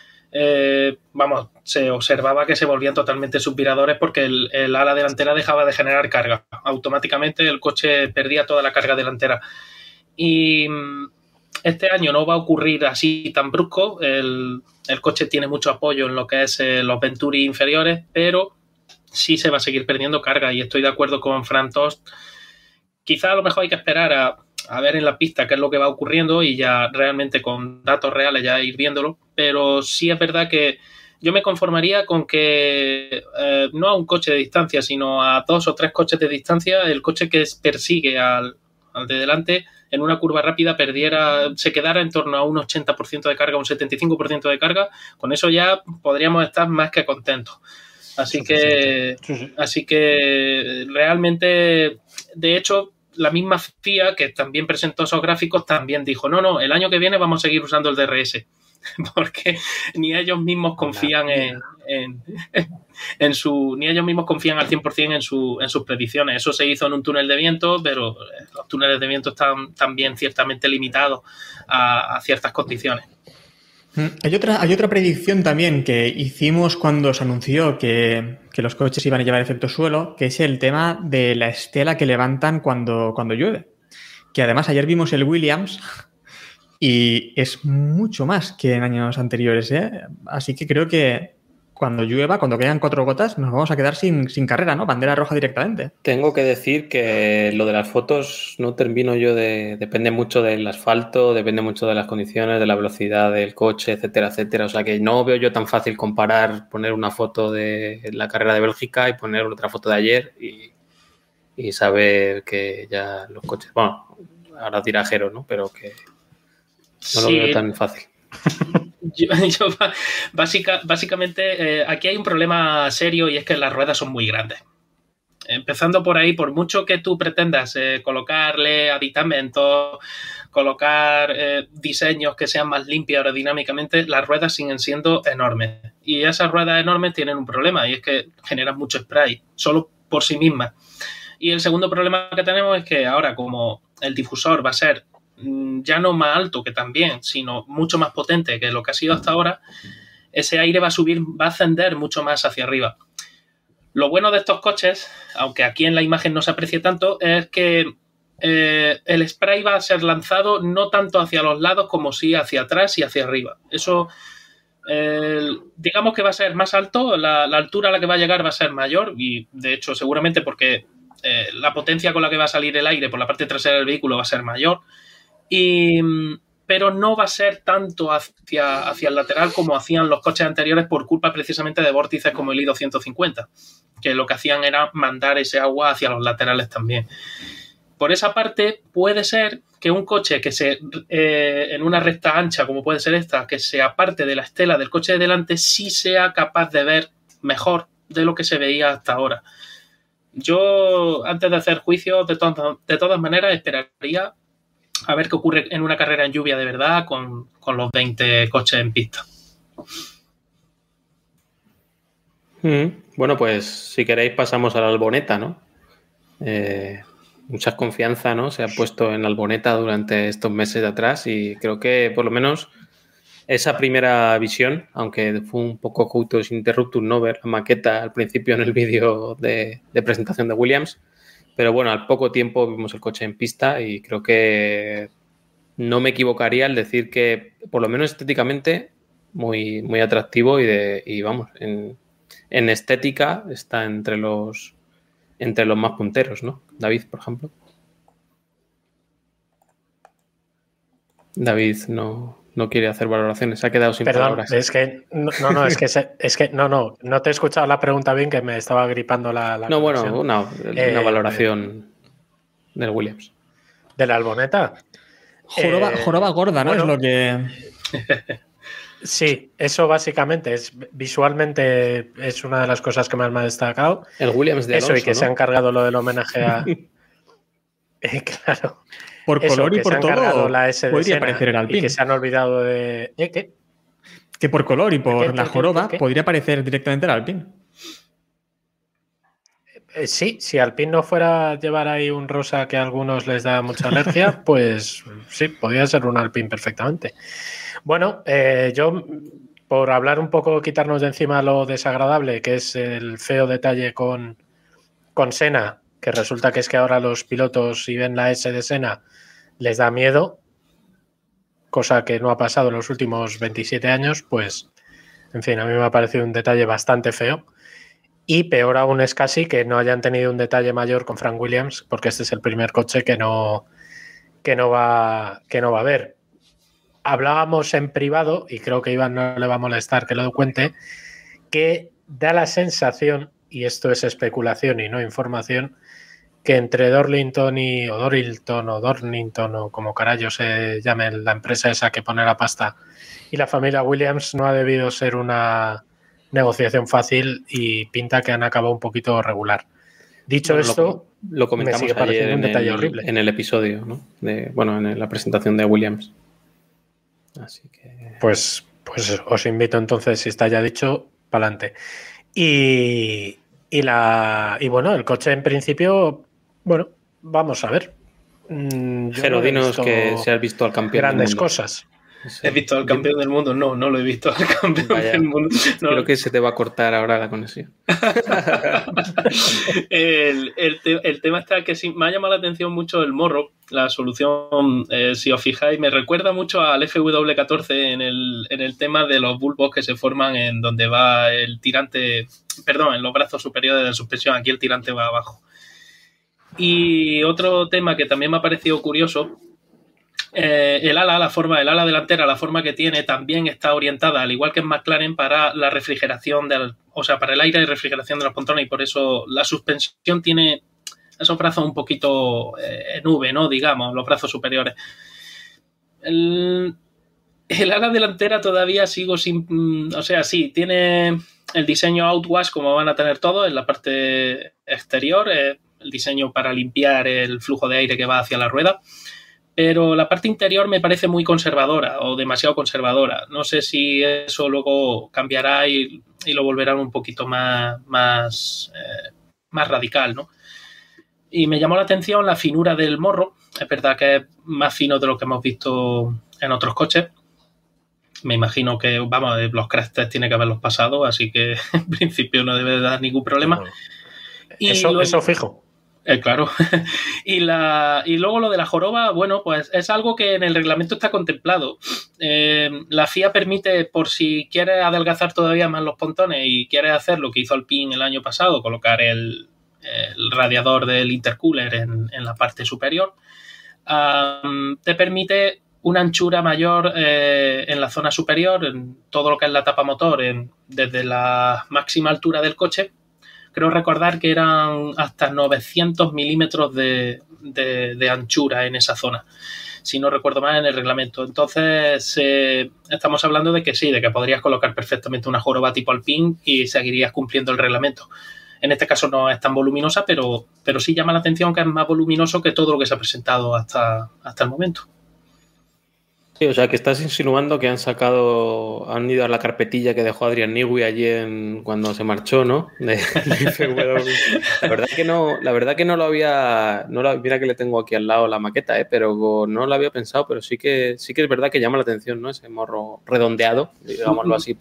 S8: se observaba que se volvían totalmente subviradores porque el ala delantera dejaba de generar carga. Automáticamente el coche perdía toda la carga delantera. Y este año no va a ocurrir así tan brusco. El coche tiene mucho apoyo en lo que es los Venturi inferiores, pero sí se va a seguir perdiendo carga, y estoy de acuerdo con Fran Tost. Quizá a lo mejor hay que esperar a ver en la pista qué es lo que va ocurriendo y ya realmente con datos reales ya ir viéndolo, pero sí es verdad que yo me conformaría con que no a un coche de distancia, sino a 2 o 3 coches de distancia, el coche que persigue al de delante en una curva rápida se quedara en torno a un 80% de carga, un 75% de carga. Con eso ya podríamos estar más que contentos. Así que realmente, de hecho, la misma FIA, que también presentó esos gráficos, también dijo, no, el año que viene vamos a seguir usando el DRS, porque ni ellos mismos confían ni ellos mismos confían al 100% en sus predicciones. Eso se hizo en un túnel de viento, pero los túneles de viento están también ciertamente limitados a ciertas condiciones.
S6: Hay otra predicción también que hicimos cuando se anunció que los coches iban a llevar efecto suelo, que es el tema de la estela que levantan cuando llueve. Que además ayer vimos el Williams y es mucho más que en años anteriores, ¿eh? Así que creo que cuando llueva, cuando caigan 4 gotas, nos vamos a quedar sin carrera, ¿no? Bandera roja directamente.
S5: Tengo que decir que lo de las fotos no termino yo depende mucho del asfalto, depende mucho de las condiciones, de la velocidad del coche, etcétera, etcétera. O sea que no veo yo tan fácil poner una foto de la carrera de Bélgica y poner otra foto de ayer y saber que ya los coches... Bueno, ahora dirá Jero, ¿no? Pero que no lo veo tan fácil.
S8: Básicamente, aquí hay un problema serio, y es que las ruedas son muy grandes. Empezando por ahí, por mucho que tú pretendas colocarle aditamentos, colocar diseños que sean más limpios aerodinámicamente, las ruedas siguen siendo enormes. Y esas ruedas enormes tienen un problema, y es que generan mucho spray, solo por sí mismas. Y el segundo problema que tenemos es que ahora, como el difusor va a ser ya no más alto que también, sino mucho más potente que lo que ha sido hasta ahora, ese aire va a ascender mucho más hacia arriba. Lo bueno de estos coches, aunque aquí en la imagen no se aprecie tanto, es que el spray va a ser lanzado no tanto hacia los lados como sí hacia atrás y hacia arriba. Eso, digamos que va a ser más alto, la altura a la que va a llegar va a ser mayor, y de hecho seguramente porque la potencia con la que va a salir el aire por la parte trasera del vehículo va a ser mayor. Pero no va a ser tanto hacia el lateral como hacían los coches anteriores, por culpa precisamente de vórtices como el I250, que lo que hacían era mandar ese agua hacia los laterales también. Por esa parte, puede ser que un coche que en una recta ancha, como puede ser esta, que se aparte de la estela del coche de delante, sí sea capaz de ver mejor de lo que se veía hasta ahora. Yo, antes de hacer juicio, de todas maneras, esperaría a ver qué ocurre en una carrera en lluvia de verdad con los 20 coches en pista.
S5: Bueno, pues si queréis pasamos a la Alboneta, ¿no? Mucha confianza, ¿no? Se ha puesto en la Alboneta durante estos meses de atrás, y creo que por lo menos esa primera visión, aunque fue un poco cutus interruptus, no ver la maqueta al principio en el vídeo de presentación de Williams. Pero bueno, al poco tiempo vimos el coche en pista y creo que no me equivocaría al decir que, por lo menos estéticamente, muy, muy atractivo y vamos, en estética está entre los más punteros, ¿no? David, por ejemplo. David no quiere hacer valoraciones, se ha quedado sin palabras.
S7: Es que no te he escuchado la pregunta bien, que me estaba gripando la
S5: no, bueno, una valoración del Williams.
S7: ¿De la Alboneta?
S6: Joroba gorda, ¿no? Bueno, es lo que...
S7: Sí, eso básicamente es visualmente es una de las cosas que más me ha destacado.
S5: El Williams de Alonso,
S7: eso y que
S5: ¿no?
S7: se han cargado lo del homenaje a... claro.
S6: Por
S7: Eso,
S6: color y
S7: que
S6: por
S7: se han
S6: todo
S7: cargado la S de
S6: podría
S7: Senna
S6: parecer el
S7: y
S6: Alpine.
S7: que se han olvidado de... ¿Qué?
S6: Que por color y por
S7: ¿Qué?
S6: la joroba
S7: ¿Qué?
S6: podría parecer directamente el Alpine.
S7: Sí, si Alpine no fuera a llevar ahí un rosa que a algunos les da mucha alergia, pues sí, podría ser un Alpine perfectamente. Bueno, yo, por hablar un poco, quitarnos de encima lo desagradable, que es el feo detalle con Senna, que resulta que es que ahora los pilotos, si ven la S de Senna, les da miedo, cosa que no ha pasado en los últimos 27 años, pues, en fin, a mí me ha parecido un detalle bastante feo. Y peor aún es casi que no hayan tenido un detalle mayor con Frank Williams, porque este es el primer coche que no va a haber. Hablábamos en privado, y creo que Iván no le va a molestar que lo cuente, que da la sensación, y esto es especulación y no información, que entre Dorlington o como carajo se llame la empresa esa que pone la pasta, y la familia Williams no ha debido ser una negociación fácil y pinta que han acabado un poquito regular. Dicho esto,
S5: lo comentamos
S7: me sigue pareciendo un detalle horrible.
S5: En el episodio, ¿no? En la presentación de Williams. Así que...
S7: Pues os invito entonces, si está ya dicho, para adelante. Y bueno, el coche en principio, bueno, vamos a ver.
S5: Jero, dinos que si has visto al campeón
S7: grandes
S5: del mundo.
S7: Cosas.
S8: ¿He visto al campeón del mundo? No lo he visto al campeón del mundo. No.
S5: Creo que se te va a cortar ahora la conexión.
S8: el tema está que sí, me ha llamado la atención mucho el morro. La solución, si os fijáis, me recuerda mucho al FW14 en el tema de los bulbos que se forman en donde va el tirante, perdón, en los brazos superiores de la suspensión. Aquí el tirante va abajo. Y otro tema que también me ha parecido curioso, el ala delantera, la forma que tiene, también está orientada, al igual que en McLaren, para la refrigeración para el aire y refrigeración de los pontones, y por eso la suspensión tiene esos brazos un poquito en V, ¿no? Digamos, los brazos superiores. El ala delantera todavía sigo sin... sí, tiene el diseño outwash como van a tener todos en la parte exterior, el diseño para limpiar el flujo de aire que va hacia la rueda. Pero la parte interior me parece muy conservadora o demasiado conservadora. No sé si eso luego cambiará y lo volverán un poquito más radical, ¿no? Y me llamó la atención la finura del morro. Es verdad que es más fino de lo que hemos visto en otros coches. Me imagino que, los crash test tiene que haberlos pasado, así que en principio no debe de dar ningún problema.
S7: Bueno, eso fijo.
S8: Claro. Y luego lo de la joroba, bueno, pues es algo que en el reglamento está contemplado. La FIA permite, por si quieres adelgazar todavía más los pontones y quieres hacer lo que hizo Alpine el año pasado, colocar el radiador del intercooler en la parte superior, te permite una anchura mayor en la zona superior, en todo lo que es la tapa motor, desde la máxima altura del coche. Creo recordar que eran hasta 900 milímetros de anchura en esa zona, si no recuerdo mal, en el reglamento. Entonces, estamos hablando de que sí, de que podrías colocar perfectamente una joroba tipo Alpine y seguirías cumpliendo el reglamento. En este caso no es tan voluminosa, pero sí llama la atención que es más voluminoso que todo lo que se ha presentado hasta el momento.
S5: Sí, o sea, que estás insinuando que han ido a la carpetilla que dejó Adrian Newey allí cuando se marchó, ¿no? De FW. La verdad que no lo había... mira que le tengo aquí al lado la maqueta, pero no lo había pensado, pero sí que es verdad que llama la atención, ¿no? Ese morro redondeado, digámoslo así,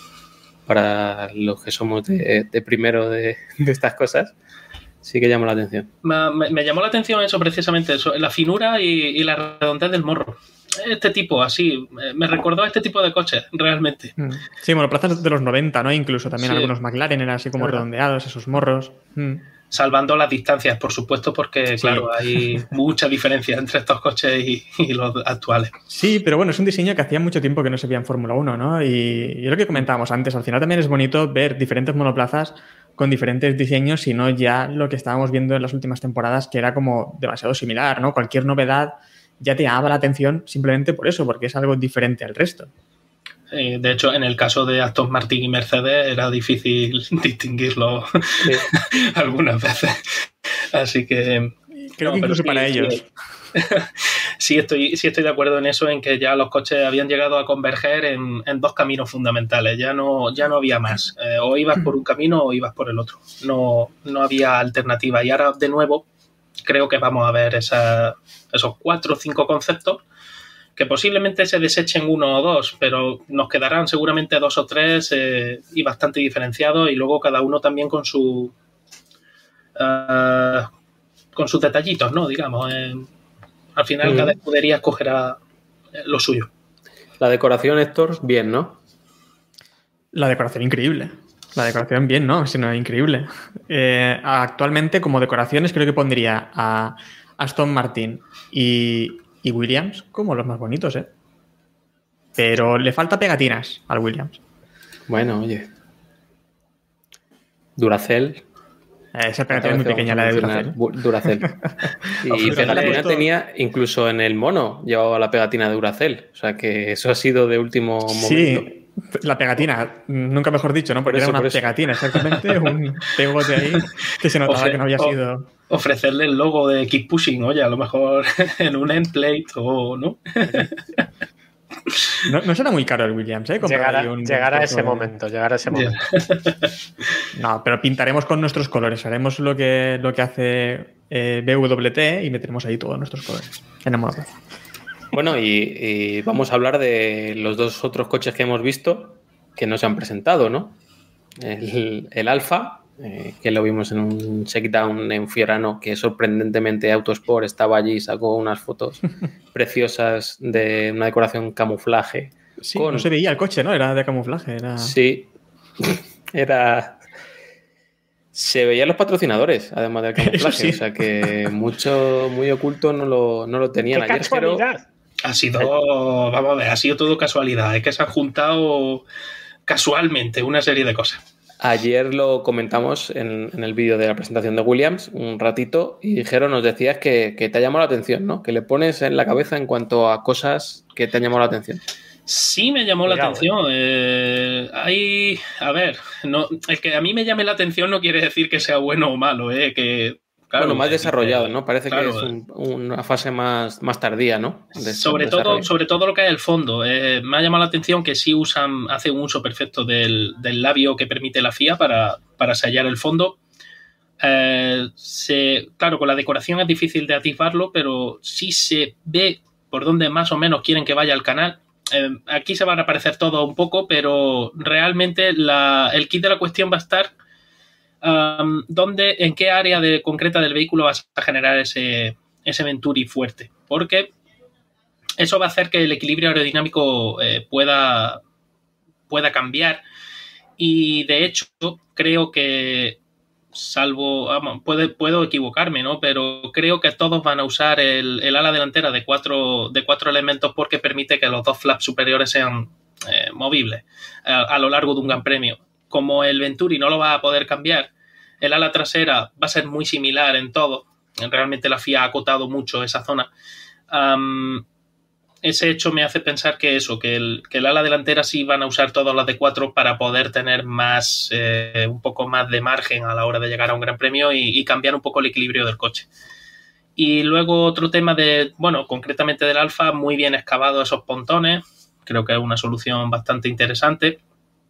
S5: para los que somos de primero de estas cosas. Sí que llama la atención.
S8: Me llamó la atención eso, precisamente eso, la finura y la redondez del morro. Este tipo, así, me recordó a este tipo de coches, realmente.
S6: Sí, monoplazas de los 90, ¿no? Incluso también
S8: Sí.
S6: Algunos McLaren eran así como redondeados, esos morros.
S8: Salvando las distancias, por supuesto, porque,
S6: Sí.
S8: claro, hay mucha diferencia entre estos coches y los actuales.
S6: Sí, pero bueno, es un diseño que hacía mucho tiempo que no se veía en Fórmula 1, ¿no? Y lo que comentábamos antes, al final también es bonito ver diferentes monoplazas con diferentes diseños y no ya lo que estábamos viendo en las últimas temporadas, que era como demasiado similar, ¿no? Cualquier novedad ya te llama la atención simplemente por eso, porque es algo diferente al resto.
S8: De hecho, en el caso de Aston Martin y Mercedes era difícil distinguirlo algunas veces. Así que...
S6: Creo que incluso para ellos.
S8: Sí estoy de acuerdo en eso, en que ya los coches habían llegado a converger en dos caminos fundamentales. Ya no había más. O ibas por un camino o ibas por el otro. No había alternativa. Y ahora, de nuevo, creo que vamos a ver esos 4 o 5 conceptos que posiblemente se desechen 1 o 2, pero nos quedarán seguramente 2 o 3 y bastante diferenciados, y luego cada uno también con sus detallitos, ¿no? Digamos, al final cada escudería escogerá lo suyo.
S5: La decoración, Héctor, bien, ¿no?
S6: La decoración increíble. La decoración bien, ¿no? Sino increíble. Actualmente, como decoraciones, creo que pondría a Aston Martin y Williams como los más bonitos, ¿eh? Pero le falta pegatinas al Williams.
S5: Bueno, oye. Duracell.
S6: Esa pegatina es muy pequeña, la de Duracell.
S5: Duracell. Y pegatina tenía, incluso en el mono, llevaba la pegatina de Duracell. O sea que eso ha sido de último momento.
S6: Sí, la pegatina, nunca mejor dicho, ¿no? Porque era una pegatina, exactamente, un pegote ahí que se notaba que no había sido...
S8: Ofrecerle el logo de Keep Pushing, oye, a lo mejor en un endplate o no.
S6: No será muy caro el Williams, ¿eh?
S7: Llegar a ese momento.
S6: No, pero pintaremos con nuestros colores. Haremos lo que hace BWT y meteremos ahí todos nuestros colores. Enamorado.
S5: Bueno, y vamos a hablar de los 2 otros coches que hemos visto que no se han presentado, ¿no? El Alfa, que lo vimos en un shakedown en Fiorano, que sorprendentemente Autosport estaba allí y sacó unas fotos preciosas de una decoración camuflaje.
S6: Sí, no se veía el coche, ¿no? Era de camuflaje.
S5: Sí, se veían los patrocinadores, además del camuflaje. Sí. O sea que muy oculto no lo tenían.
S7: ¡Qué casualidad!
S8: Ha sido todo casualidad. Es que se han juntado casualmente una serie de cosas.
S5: Ayer lo comentamos en el vídeo de la presentación de Williams un ratito y Jero nos decías que te ha llamado la atención, ¿no? Que le pones en la cabeza en cuanto a cosas que te han llamado la atención.
S8: Sí, me llamó la atención. A ver, no, el que a mí me llame la atención no quiere decir que sea bueno o malo, que... Claro,
S5: más desarrollado, ¿no? Parece que es una fase más tardía, ¿no?
S8: Sobre todo lo que es el fondo. Me ha llamado la atención que sí hacen un uso perfecto del labio que permite la FIA para sellar el fondo. Claro, con la decoración es difícil de atisbarlo, pero sí se ve por dónde más o menos quieren que vaya el canal. Aquí se van a aparecer todo un poco, pero realmente el kit de la cuestión va a estar en qué área concreta del vehículo vas a generar ese Venturi fuerte, porque eso va a hacer que el equilibrio aerodinámico pueda cambiar, y de hecho creo que, puedo equivocarme, ¿no? Pero creo que todos van a usar el ala delantera de cuatro elementos, porque permite que los 2 flaps superiores sean movibles a lo largo de un gran premio. Como el Venturi no lo va a poder cambiar, el ala trasera va a ser muy similar en todo. Realmente la FIA ha acotado mucho esa zona. Ese hecho me hace pensar que el ala delantera sí van a usar todas las de 4 para poder tener un poco más de margen a la hora de llegar a un gran premio y cambiar un poco el equilibrio del coche. Y luego otro tema concretamente del Alfa, muy bien excavado esos pontones. Creo que es una solución bastante interesante.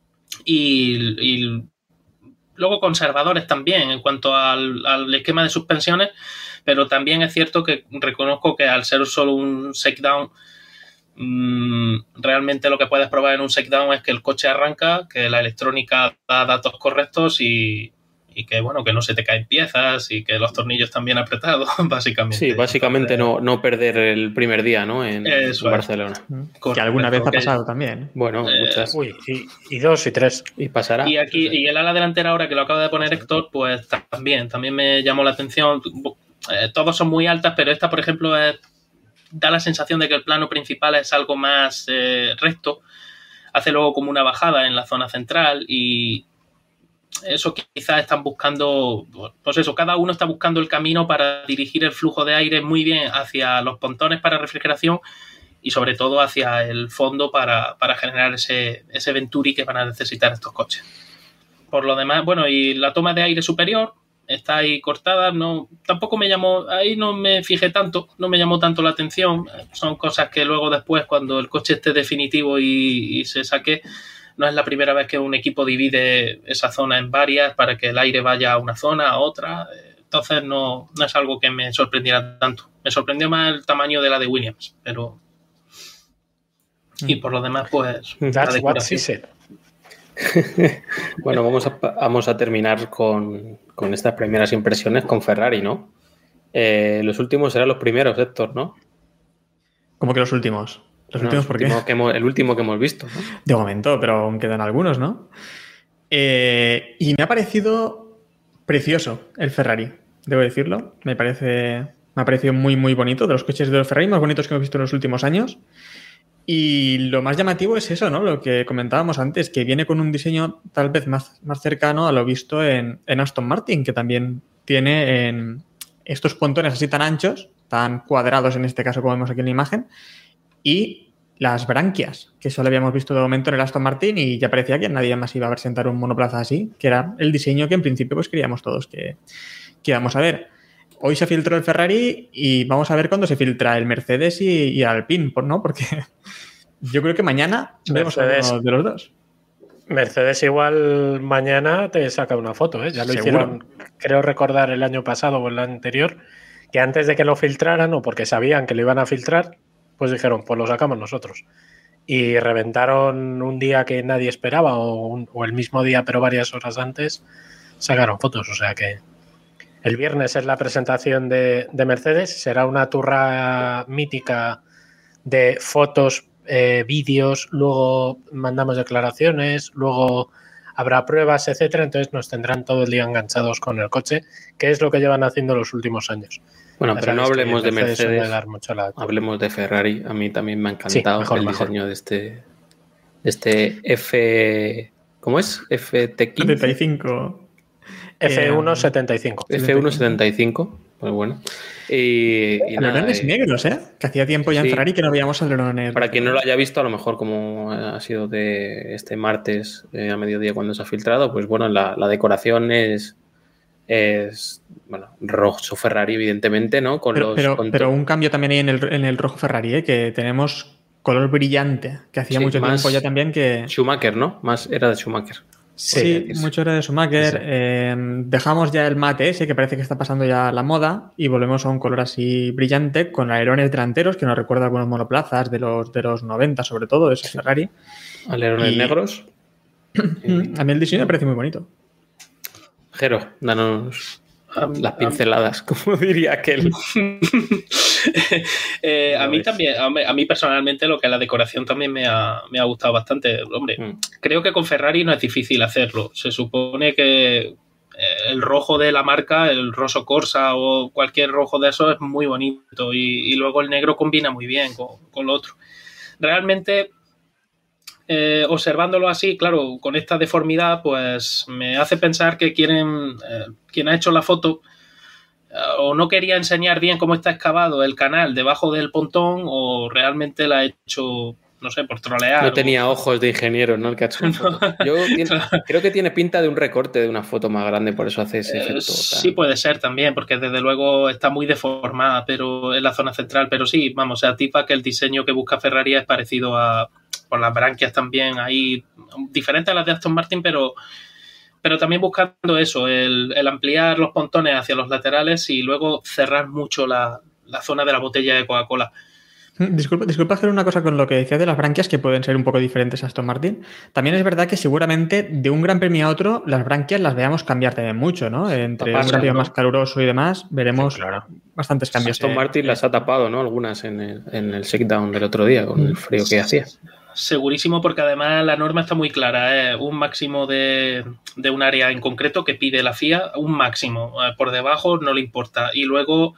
S8: Y luego conservadores también en cuanto al esquema de suspensiones, pero también es cierto que reconozco que al ser solo un shakedown, realmente lo que puedes probar en un shakedown es que el coche arranca, que la electrónica da datos correctos y que que no se te caen piezas y que los tornillos están bien apretados, básicamente.
S5: Sí, básicamente entonces, no perder el primer día, ¿no? En Barcelona.
S6: Correcto, que alguna vez ha pasado también.
S5: Bueno, muchas.
S7: Y 2 y 3.
S5: Y pasará.
S8: Y el ala delantera ahora que lo acaba de poner Héctor, pues también me llamó la atención. Todos son muy altas, pero esta, por ejemplo, da la sensación de que el plano principal es algo más recto. Hace luego como una bajada en la zona central y eso quizás están buscando, pues eso, cada uno está buscando el camino para dirigir el flujo de aire muy bien hacia los pontones para refrigeración y sobre todo hacia el fondo para generar ese Venturi que van a necesitar estos coches. Por lo demás, bueno, y la toma de aire superior está ahí cortada, tampoco me llamó, ahí no me fijé tanto, no me llamó tanto la atención. Son cosas que luego después, cuando el coche esté definitivo y se saque, no es la primera vez que un equipo divide esa zona en varias para que el aire vaya a una zona, a otra. Entonces no es algo que me sorprendiera tanto. Me sorprendió más el tamaño de la de Williams, pero... Y por lo demás, pues...
S7: That's what she said.
S5: Bueno, vamos a terminar con estas primeras impresiones con Ferrari, ¿no? Los últimos serán los primeros, Héctor, ¿no?
S6: ¿Cómo que los últimos? ¿Los últimos por qué?
S5: El último que hemos visto, ¿no?
S6: De momento, pero aún quedan algunos, ¿no? Y me ha parecido precioso el Ferrari, debo decirlo. Me ha parecido muy, muy bonito. De los coches de los Ferrari más bonitos que hemos visto en los últimos años. Y lo más llamativo es eso, ¿no? Lo que comentábamos antes, que viene con un diseño tal vez más cercano a lo visto en Aston Martin, que también tiene en estos pontones así tan anchos, tan cuadrados en este caso como vemos aquí en la imagen, y las branquias, que solo habíamos visto de momento en el Aston Martin y ya parecía que nadie más iba a presentar un monoplaza así, que era el diseño que en principio pues creíamos todos que íbamos a ver. Hoy se filtró el Ferrari y vamos a ver cuándo se filtra el Mercedes y el Alpine, ¿no? Porque yo creo que mañana vemos a uno de los dos.
S7: Mercedes igual mañana te saca una foto, ¿eh? Ya lo hicieron, creo recordar el año pasado o el anterior, que antes de que lo filtraran o porque sabían que lo iban a filtrar, pues dijeron, pues lo sacamos nosotros. Y reventaron un día que nadie esperaba o el mismo día pero varias horas antes, sacaron fotos, o sea que... El viernes es la presentación de Mercedes, será una turra mítica de fotos, vídeos, luego mandamos declaraciones, luego habrá pruebas, etcétera, entonces nos tendrán todo el día enganchados con el coche, que es lo que llevan haciendo los últimos años.
S5: Bueno,
S7: ya
S5: pero no hablemos de Mercedes,
S7: hablemos
S5: de Ferrari. A mí también me ha encantado el diseño de este F... ¿Cómo es? FT15.
S6: 75.
S7: F1.75.
S5: F1.75, pues bueno. Y
S6: alerones negros, ¿eh? Que hacía tiempo ya en Ferrari que no veíamos alerones.
S5: Para quien no lo haya visto, a lo mejor como ha sido de este martes a mediodía cuando se ha filtrado, pues bueno, la decoración es bueno, rojo Ferrari, evidentemente, ¿no?
S6: Pero un cambio también hay en el rojo Ferrari, ¿eh? Que tenemos color brillante, que hacía mucho tiempo ya también que...
S5: Schumacher, ¿no? Más era de Schumacher.
S6: Sí, mucho era de Schumacher. Sí. Dejamos ya el mate ese, que parece que está pasando ya la moda, y volvemos a un color así brillante, con alerones delanteros, que nos recuerda a algunos monoplazas de los 90, sobre todo, de esos Ferrari.
S5: Alerones negros.
S6: A mí el diseño me parece muy bonito.
S5: Jero, danos las pinceladas, como diría aquel.
S8: A mí también, a mí personalmente lo que es la decoración también me ha gustado bastante. Hombre, creo que con Ferrari no es difícil hacerlo. Se supone que el rojo de la marca, el rosso corsa o cualquier rojo de eso es muy bonito y luego el negro combina muy bien con lo otro. Realmente, observándolo así, claro, con esta deformidad, pues me hace pensar que quien ha hecho la foto o no quería enseñar bien cómo está excavado el canal debajo del pontón o realmente la ha hecho, no sé, por trolear.
S5: No tenía ojos de ingeniero, ¿no? El que ha hecho la foto. Creo que tiene pinta de un recorte de una foto más grande, por eso hace ese efecto.
S8: Sí, puede ser también, porque desde luego está muy deformada pero en la zona central, pero sí, vamos, se atipa que el diseño que busca Ferrari es parecido por las branquias también, ahí diferentes a las de Aston Martin, pero también buscando eso, el ampliar los pontones hacia los laterales y luego cerrar mucho la zona de la botella de Coca-Cola.
S6: Disculpa hacer una cosa con lo que decía de las branquias, que pueden ser un poco diferentes a Aston Martin. También es verdad que seguramente de un gran premio a otro las branquias las veamos cambiar también mucho, ¿no? Entre un gran premio más caluroso y demás veremos bastantes cambios.
S5: Aston Martin las ha tapado, ¿no? Algunas en el shakedown del otro día con el frío que hacía.
S8: Segurísimo, porque además la norma está muy clara, un máximo de un área en concreto que pide la FIA, un máximo, por debajo no le importa, y luego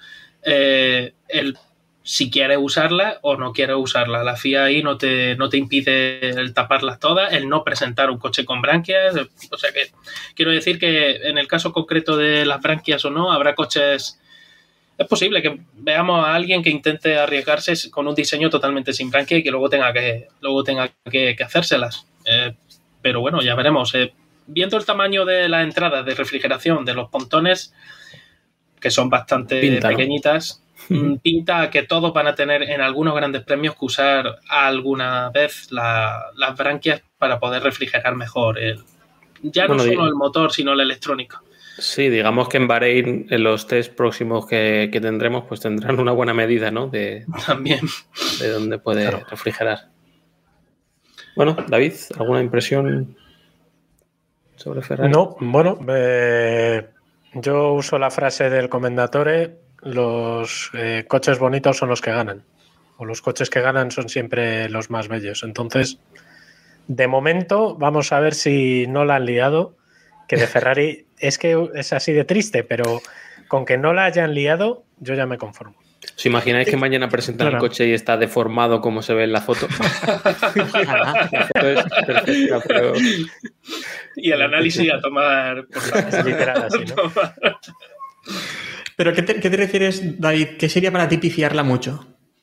S8: si quieres usarla o no quieres usarla, la FIA ahí no te impide el taparlas todas, el no presentar un coche con branquias, o sea que quiero decir que en el caso concreto de las branquias o no, habrá coches es posible que veamos a alguien que intente arriesgarse con un diseño totalmente sin branquia y que luego tenga que hacérselas. Pero bueno, ya veremos. Viendo el tamaño de las entradas de refrigeración de los pontones, que son bastante pequeñitas, pinta a que todos van a tener en algunos grandes premios que usar alguna vez las branquias para poder refrigerar mejor no solo el motor, sino la electrónica.
S5: Sí, digamos que en Bahrein, en los test próximos que tendremos, pues tendrán una buena medida, ¿no?
S8: También.
S5: De dónde puede refrigerar. Bueno, David, ¿alguna impresión sobre Ferrari?
S7: No, bueno, yo uso la frase del Commendatore, los coches bonitos son los que ganan, o los coches que ganan son siempre los más bellos. Entonces, de momento, vamos a ver si no la han liado, que de Ferrari es que es así de triste, pero con que no la hayan liado, yo ya me conformo.
S5: ¿Os imagináis que mañana presentan el coche y está deformado como se ve en la foto? La foto es perfecta, pero...
S8: Y el análisis a tomar...
S7: Es literal así, ¿no?
S6: ¿Pero qué te refieres, David? ¿Qué sería para ti pifiarla mucho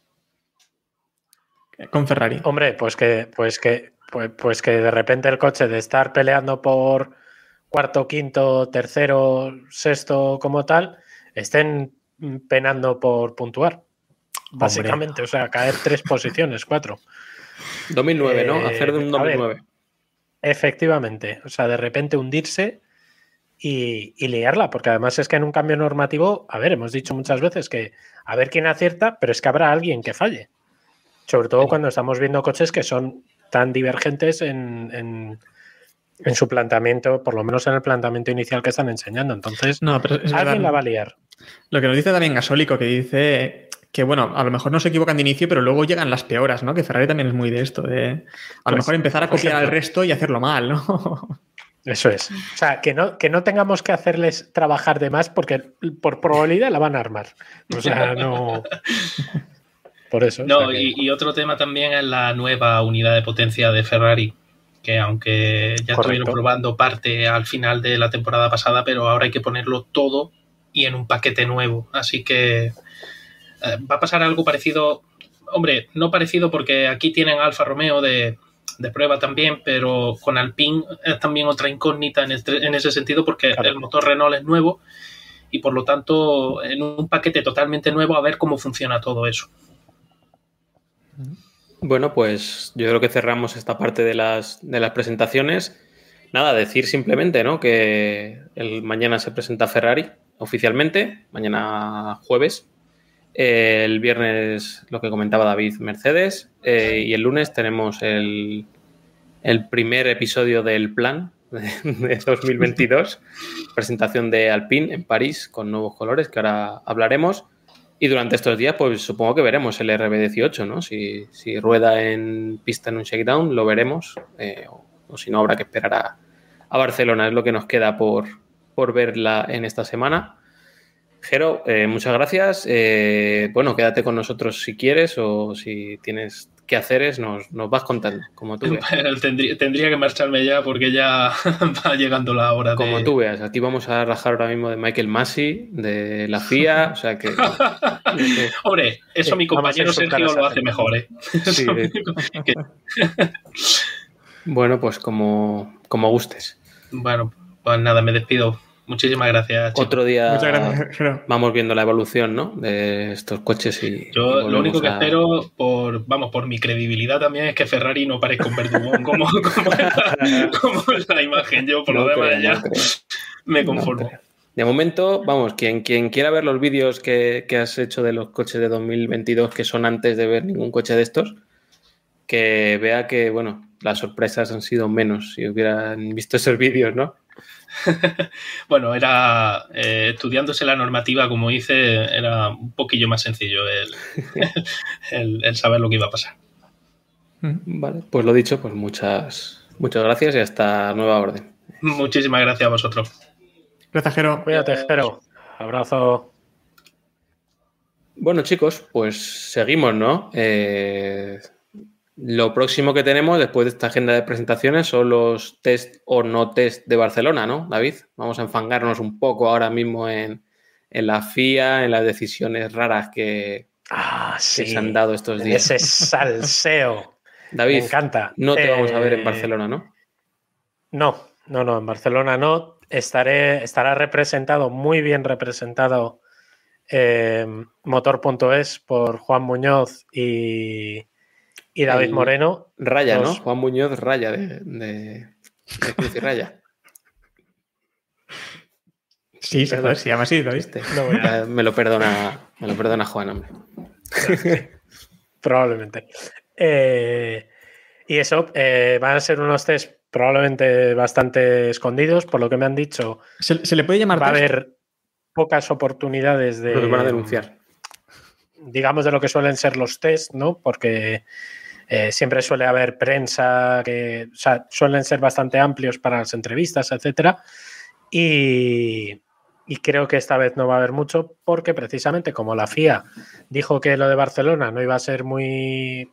S6: con Ferrari?
S7: Hombre, pues que de repente el coche de estar peleando por cuarto, quinto, tercero, sexto como tal, estén penando por puntuar. Básicamente, o sea, caer 3 posiciones, 4.
S5: 2009, ¿no? Hacer de un 2009.
S7: Efectivamente, o sea, de repente hundirse y liarla, porque además es que en un cambio normativo, a ver, hemos dicho muchas veces que a ver quién acierta, pero es que habrá alguien que falle. Sobre todo cuando estamos viendo coches que son tan divergentes en su planteamiento, por lo menos en el planteamiento inicial que están enseñando. Entonces, alguien la va a liar.
S6: Lo que nos dice también Gasólico, que dice que, bueno, a lo mejor no se equivocan de inicio, pero luego llegan las peoras, ¿no? Que Ferrari también es muy de esto, de a lo mejor empezar a copiar al resto y hacerlo mal, ¿no?
S7: Eso es. O sea, que no tengamos que hacerles trabajar de más porque por probabilidad la van a armar. O sea, no... Por eso.
S8: No, o sea que... y otro tema también es la nueva unidad de potencia de Ferrari, que aunque ya estuvieron probando parte al final de la temporada pasada, pero ahora hay que ponerlo todo y en un paquete nuevo. Así que va a pasar algo parecido, hombre, no parecido porque aquí tienen Alfa Romeo de prueba también, pero con Alpine es también otra incógnita en ese sentido porque el motor Renault es nuevo y por lo tanto en un paquete totalmente nuevo a ver cómo funciona todo eso.
S5: Bueno, pues yo creo que cerramos esta parte de las presentaciones. Nada, decir simplemente, ¿no? Que mañana se presenta Ferrari oficialmente, mañana jueves. El viernes, lo que comentaba David, Mercedes. Y el lunes tenemos el primer episodio del plan de 2022. Presentación de Alpine en París con nuevos colores, que ahora hablaremos. Y durante estos días, pues supongo que veremos el RB18, ¿no? Si rueda en pista en un shakedown, lo veremos. O si no, habrá que esperar a Barcelona. Es lo que nos queda por verla en esta semana. Jero, muchas gracias. Bueno, quédate con nosotros si quieres o si tienes qué hacer, nos vas contando, como tú veas.
S8: Tendría que marcharme ya porque ya va llegando la hora.
S5: Como tú veas, aquí vamos a rajar ahora mismo de Michael Masi, de la FIA, o sea que...
S8: Hombre, eso mi compañero Sergio lo hace mejor, ¿eh?
S5: Sí, Bueno, pues como gustes.
S8: Bueno, pues nada, me despido. Muchísimas gracias, chicos.
S5: Otro día
S6: Muchas gracias.
S5: Vamos viendo la evolución, ¿no? De estos coches y
S8: yo lo único que espero por mi credibilidad también es que Ferrari no parezca un verdugón como es la imagen. Yo por lo demás ya me conformo.
S5: De momento, vamos, quien quiera ver los vídeos que has hecho de los coches de 2022 que son antes de ver ningún coche de estos, que vea que, bueno, las sorpresas han sido menos si hubieran visto esos vídeos, ¿no?
S8: Bueno, era estudiándose la normativa, como hice, era un poquillo más sencillo el saber lo que iba a pasar.
S5: Vale, pues lo dicho, pues muchas gracias y hasta nueva orden.
S8: Muchísimas gracias a vosotros.
S6: Gracias, Jero.
S7: Cuídate, Jero. Abrazo.
S5: Bueno, chicos, pues seguimos, ¿no? Lo próximo que tenemos después de esta agenda de presentaciones son los test o no test de Barcelona, ¿no, David? Vamos a enfangarnos un poco ahora mismo en en la FIA, en las decisiones raras que se han dado estos días.
S7: Ese salseo.
S5: David,
S7: me encanta.
S5: No te vamos a ver en Barcelona, ¿no?
S7: No, en Barcelona no. Estará representado, muy bien representado, Motor.es por Juan Muñoz y David Moreno.
S5: Raya, ¿no? Juan Muñoz Raya de Cruz y Raya.
S6: Sí, se llama así, ¿lo viste?
S5: Me lo perdona Juan, hombre.
S7: Probablemente. Y eso, van a ser unos test probablemente bastante escondidos, por lo que me han dicho.
S6: ¿Se le puede llamar
S7: va
S6: test?
S7: A haber pocas oportunidades de...
S5: Los van a denunciar.
S7: Digamos, de lo que suelen ser los test, ¿no? Porque siempre suele haber prensa que... O sea, suelen ser bastante amplios para las entrevistas, etcétera. Y creo que esta vez no va a haber mucho porque precisamente como la FIA dijo que lo de Barcelona no iba a ser muy...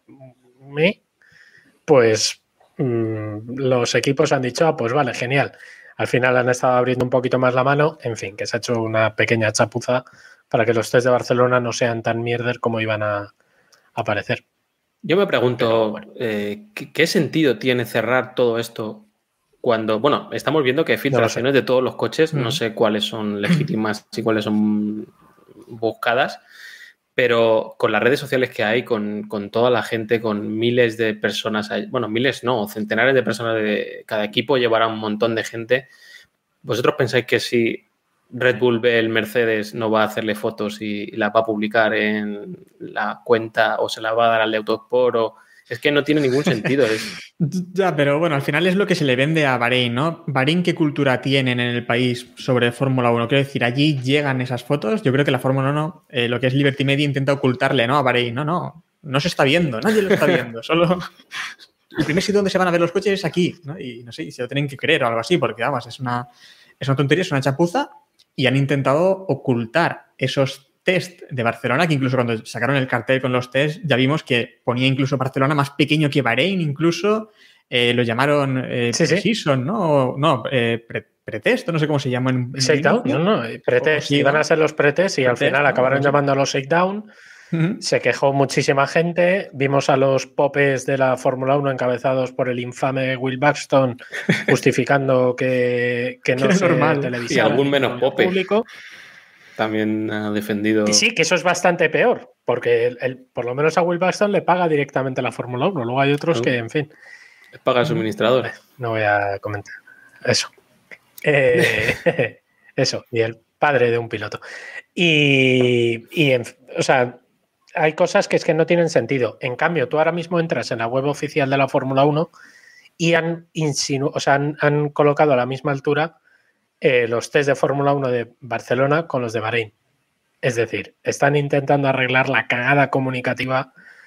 S7: pues los equipos han dicho, pues vale, genial. Al final han estado abriendo un poquito más la mano. En fin, que se ha hecho una pequeña chapuza para que los test de Barcelona no sean tan mierder como iban a parecer.
S5: Yo me pregunto, bueno, ¿qué sentido tiene cerrar todo esto cuando, bueno, estamos viendo que filtraciones de todos los coches, no sé cuáles son legítimas y cuáles son buscadas, pero con las redes sociales que hay, con toda la gente, con miles de personas, bueno, miles no, centenares de personas de cada equipo llevará un montón de gente. ¿Vosotros pensáis que si Red Bull ve el Mercedes no va a hacerle fotos y la va a publicar en la cuenta o se la va a dar al de Autosport? O... Es que no tiene ningún sentido.
S6: Ya, pero bueno, al final es lo que se le vende a Bahrein, ¿no? Bahrein, ¿qué cultura tienen en el país sobre Fórmula 1? Quiero decir, allí llegan esas fotos. Yo creo que la Fórmula 1, lo que es Liberty Media, intenta ocultarle, ¿no? A Bahrein. No se está viendo, nadie lo está viendo. Solo el primer sitio donde se van a ver los coches es aquí, ¿no? Y no sé, se lo tienen que creer o algo así, porque vamos, es una tontería, es una chapuza, y han intentado ocultar esos test de Barcelona, que incluso cuando sacaron el cartel con los test ya vimos que ponía incluso Barcelona más pequeño que Bahrein, incluso lo llamaron pre-season, ¿no? Pretest, no sé cómo se llama.
S7: Shakedown, pretest. Iban a ser los pretest y al final acabaron llamando a los shakedown. Se quejó muchísima gente. Vimos a los popes de la Fórmula 1 encabezados por el infame Will Buxton justificando que no es normal
S5: televisión. Y algún menos pope público también ha defendido.
S7: Y sí, que eso es bastante peor, porque por lo menos a Will Buxton le paga directamente la Fórmula 1. Luego hay otros que, en fin.
S5: Les paga el suministrador.
S7: No voy a comentar eso. Eso, y el padre de un piloto. O sea, hay cosas que es que no tienen sentido. En cambio, tú ahora mismo entras en la web oficial de la Fórmula 1 y han colocado a la misma altura los test de Fórmula 1 de Barcelona con los de Bahrein. Es decir, están intentando arreglar la cagada comunicativa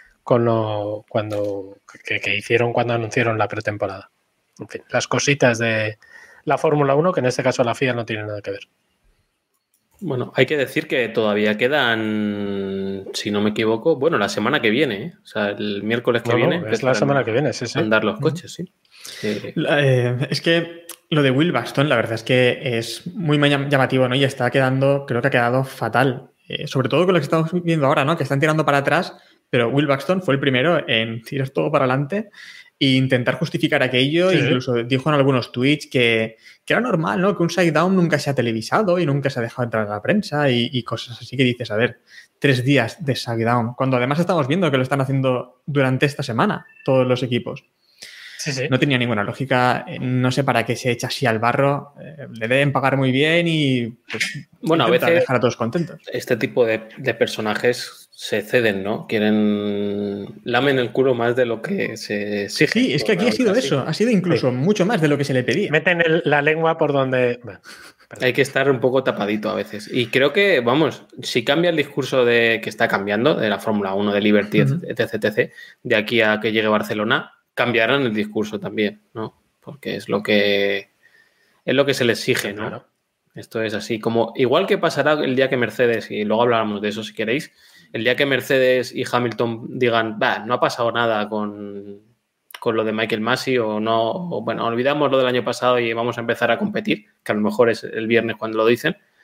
S7: que hicieron cuando anunciaron la pretemporada. En fin, las cositas de la Fórmula 1, que en este caso la FIA no tiene nada que ver.
S5: Bueno, hay que decir que todavía quedan, si no me equivoco, bueno, la semana que viene, ¿eh? O sea, el miércoles que viene.
S7: Es la semana que viene, sí.
S5: Andar los coches, sí.
S6: Es que lo de Will Buxton, la verdad es que es muy llamativo, ¿no? Y creo que ha quedado fatal. Sobre todo con lo que estamos viendo ahora, ¿no? Que están tirando para atrás, pero Will Buxton fue el primero en tirar todo para adelante e intentar justificar aquello. Sí. Incluso dijo en algunos tweets que era normal, ¿no? Que un side-down nunca se ha televisado y nunca se ha dejado entrar a la prensa y cosas así que dices, a ver, 3 días de side-down, cuando además estamos viendo que lo están haciendo durante esta semana todos los equipos.
S7: Sí.
S6: No tenía ninguna lógica, no sé para qué se echa así al barro, le deben pagar muy bien y pues,
S5: bueno, a veces
S6: dejar a todos contentos.
S5: Este tipo de personajes se ceden, ¿no? Lamen el culo más de lo que se exige.
S6: Sí, es que aquí ha sido eso, ha sido incluso mucho más de lo que se le pedía.
S7: Meten la lengua por donde...
S5: Hay que estar un poco tapadito a veces. Y creo que, vamos, si cambia el discurso que está cambiando, de la Fórmula 1, de Liberty, etc., de aquí a que llegue Barcelona, cambiarán el discurso también, ¿no? Porque es lo que se le exige, ¿no? Claro. Esto es así. Como igual que pasará el día que Mercedes, y luego hablaremos de eso si queréis, el día que Mercedes y Hamilton digan, no ha pasado nada con lo de Michael Masi o bueno, olvidamos lo del año pasado y vamos a empezar a competir, que a lo mejor es el viernes cuando lo dicen.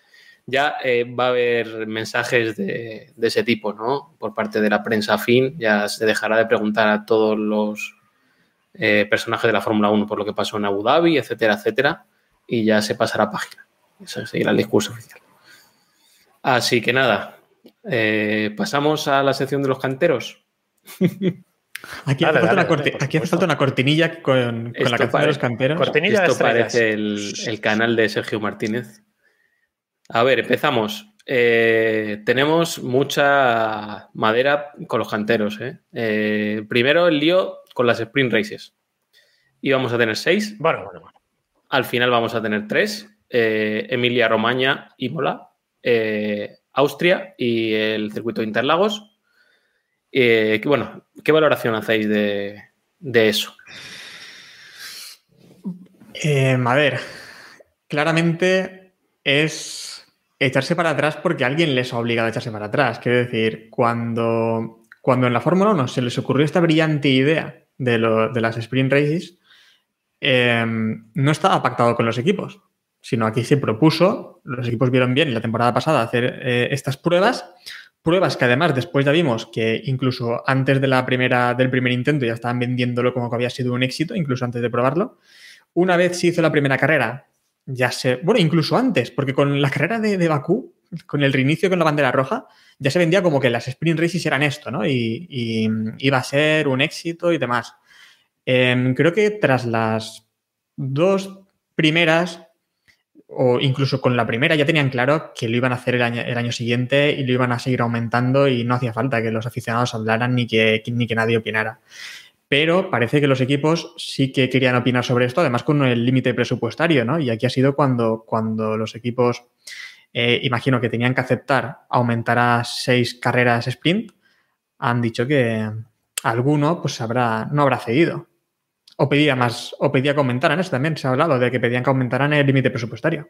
S5: ya va a haber mensajes de ese tipo, ¿no? Por parte de la prensa afín, ya se dejará de preguntar a todos los personajes de la Fórmula 1 por lo que pasó en Abu Dhabi, etcétera, etcétera, y ya se pasará página. Eso seguirá el discurso oficial. Así que nada, pasamos a la sección de los canteros.
S6: Aquí hace falta una cortinilla con la canción de los canteros.
S7: Cortinilla
S5: Esto
S7: de estrellas.
S5: parece el canal de Sergio Martínez. A ver, empezamos. Tenemos mucha madera con los canteros. Primero el lío con las sprint races. Íbamos a tener 6.
S7: Bueno.
S5: Al final vamos a tener 3. Emilia Romagna, Imola, Austria y el circuito de Interlagos. Bueno, ¿qué valoración hacéis de eso?
S6: A ver, claramente es echarse para atrás porque alguien les ha obligado a echarse para atrás. Quiero decir, cuando en la Fórmula 1 se les ocurrió esta brillante idea de las sprint races, no estaba pactado con los equipos, sino aquí se propuso, los equipos vieron bien la temporada pasada hacer estas pruebas que además después ya vimos que incluso antes del primer intento ya estaban vendiéndolo como que había sido un éxito, incluso antes de probarlo. Una vez se hizo la primera carrera, incluso antes, porque con la carrera de Bakú, con el reinicio con la bandera roja, ya se vendía como que las sprint races eran esto, ¿no? Y iba a ser un éxito y demás. Creo que tras las 2 primeras, o incluso con la primera, ya tenían claro que lo iban a hacer el año siguiente y lo iban a seguir aumentando y no hacía falta que los aficionados hablaran ni que nadie opinara. Pero parece que los equipos sí que querían opinar sobre esto, además con el límite presupuestario, ¿no? Y aquí ha sido cuando los equipos, imagino que tenían que aceptar aumentar a 6 carreras sprint, han dicho que alguno pues no habrá cedido. O pedía que aumentaran eso también. Se ha hablado de que pedían que aumentaran el límite presupuestario.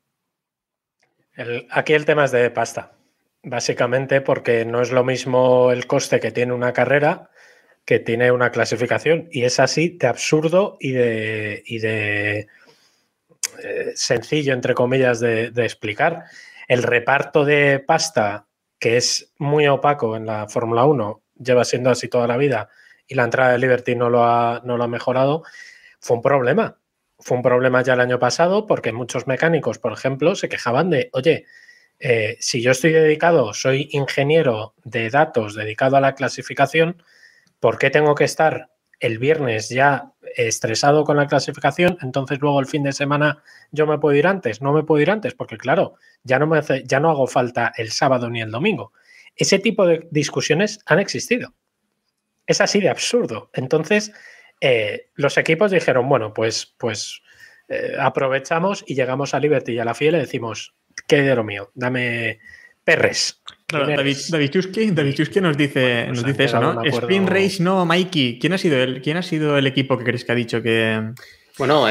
S7: Aquí el tema es de pasta. Básicamente porque no es lo mismo el coste que tiene una carrera que tiene una clasificación. Y es así de absurdo y de sencillo, entre comillas, de explicar. El reparto de pasta, que es muy opaco en la Fórmula 1, lleva siendo así toda la vida, y la entrada de Liberty no lo ha mejorado, fue un problema. Fue un problema ya el año pasado porque muchos mecánicos, por ejemplo, se quejaban de, oye, si yo soy ingeniero de datos dedicado a la clasificación, ¿por qué tengo que estar el viernes ya estresado con la clasificación? Entonces luego el fin de semana yo me puedo ir antes. No me puedo ir antes porque, claro, ya no hago falta el sábado ni el domingo. Ese tipo de discusiones han existido. Es así de absurdo. Entonces, los equipos dijeron, bueno, pues aprovechamos y llegamos a Liberty y a la FIA y le decimos, ¿qué de lo mío? Dame perres.
S6: Claro, David Chusky nos dice eso, ¿no? Sprint Race no, Mikey. ¿Quién ha sido el equipo que crees que ha dicho que...?
S5: Bueno,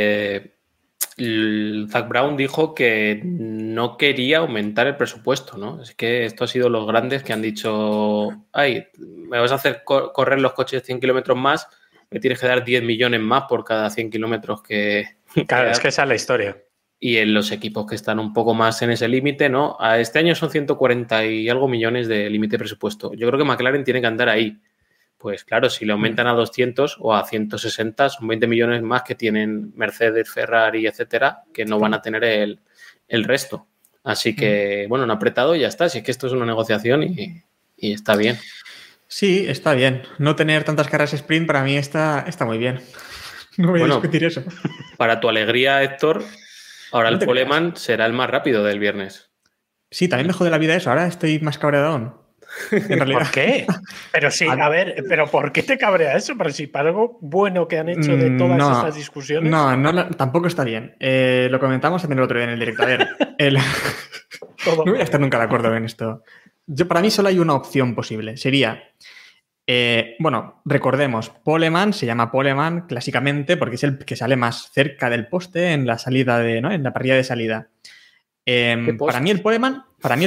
S5: Zak Brown dijo que no quería aumentar el presupuesto, ¿no? Es que esto ha sido los grandes que han dicho, ay, me vas a hacer correr los coches 100 kilómetros más, me tienes que dar 10 millones más por cada 100 kilómetros que...
S7: Claro, es que esa es la historia.
S5: Y en los equipos que están un poco más en ese límite, ¿no? A este año son 140 y algo millones de límite de presupuesto. Yo creo que McLaren tiene que andar ahí. Pues claro, si le aumentan a 200 o a 160, son 20 millones más que tienen Mercedes, Ferrari, etcétera, que no van a tener el resto. Así que, bueno, han apretado y ya está. Si es que esto es una negociación y está bien.
S6: Sí, está bien. No tener tantas carreras sprint para mí está muy bien. No voy a discutir eso.
S5: Para tu alegría, Héctor, ahora el Poleman será el más rápido del viernes.
S6: Sí, también me jode la vida eso. Ahora estoy más cabreado aún. En realidad.
S7: ¿Por qué? Pero sí, a ver, pero ¿por qué te cabrea eso? Pero si para algo bueno que han hecho de todas estas discusiones.
S6: No, tampoco está bien. Lo comentamos también el otro día en el directo. A ver, no voy a estar nunca de acuerdo en esto. Para mí solo hay una opción posible. Sería, recordemos, Poleman se llama Poleman clásicamente porque es el que sale más cerca del poste en la salida en la parrilla de salida. Para mí el Poleman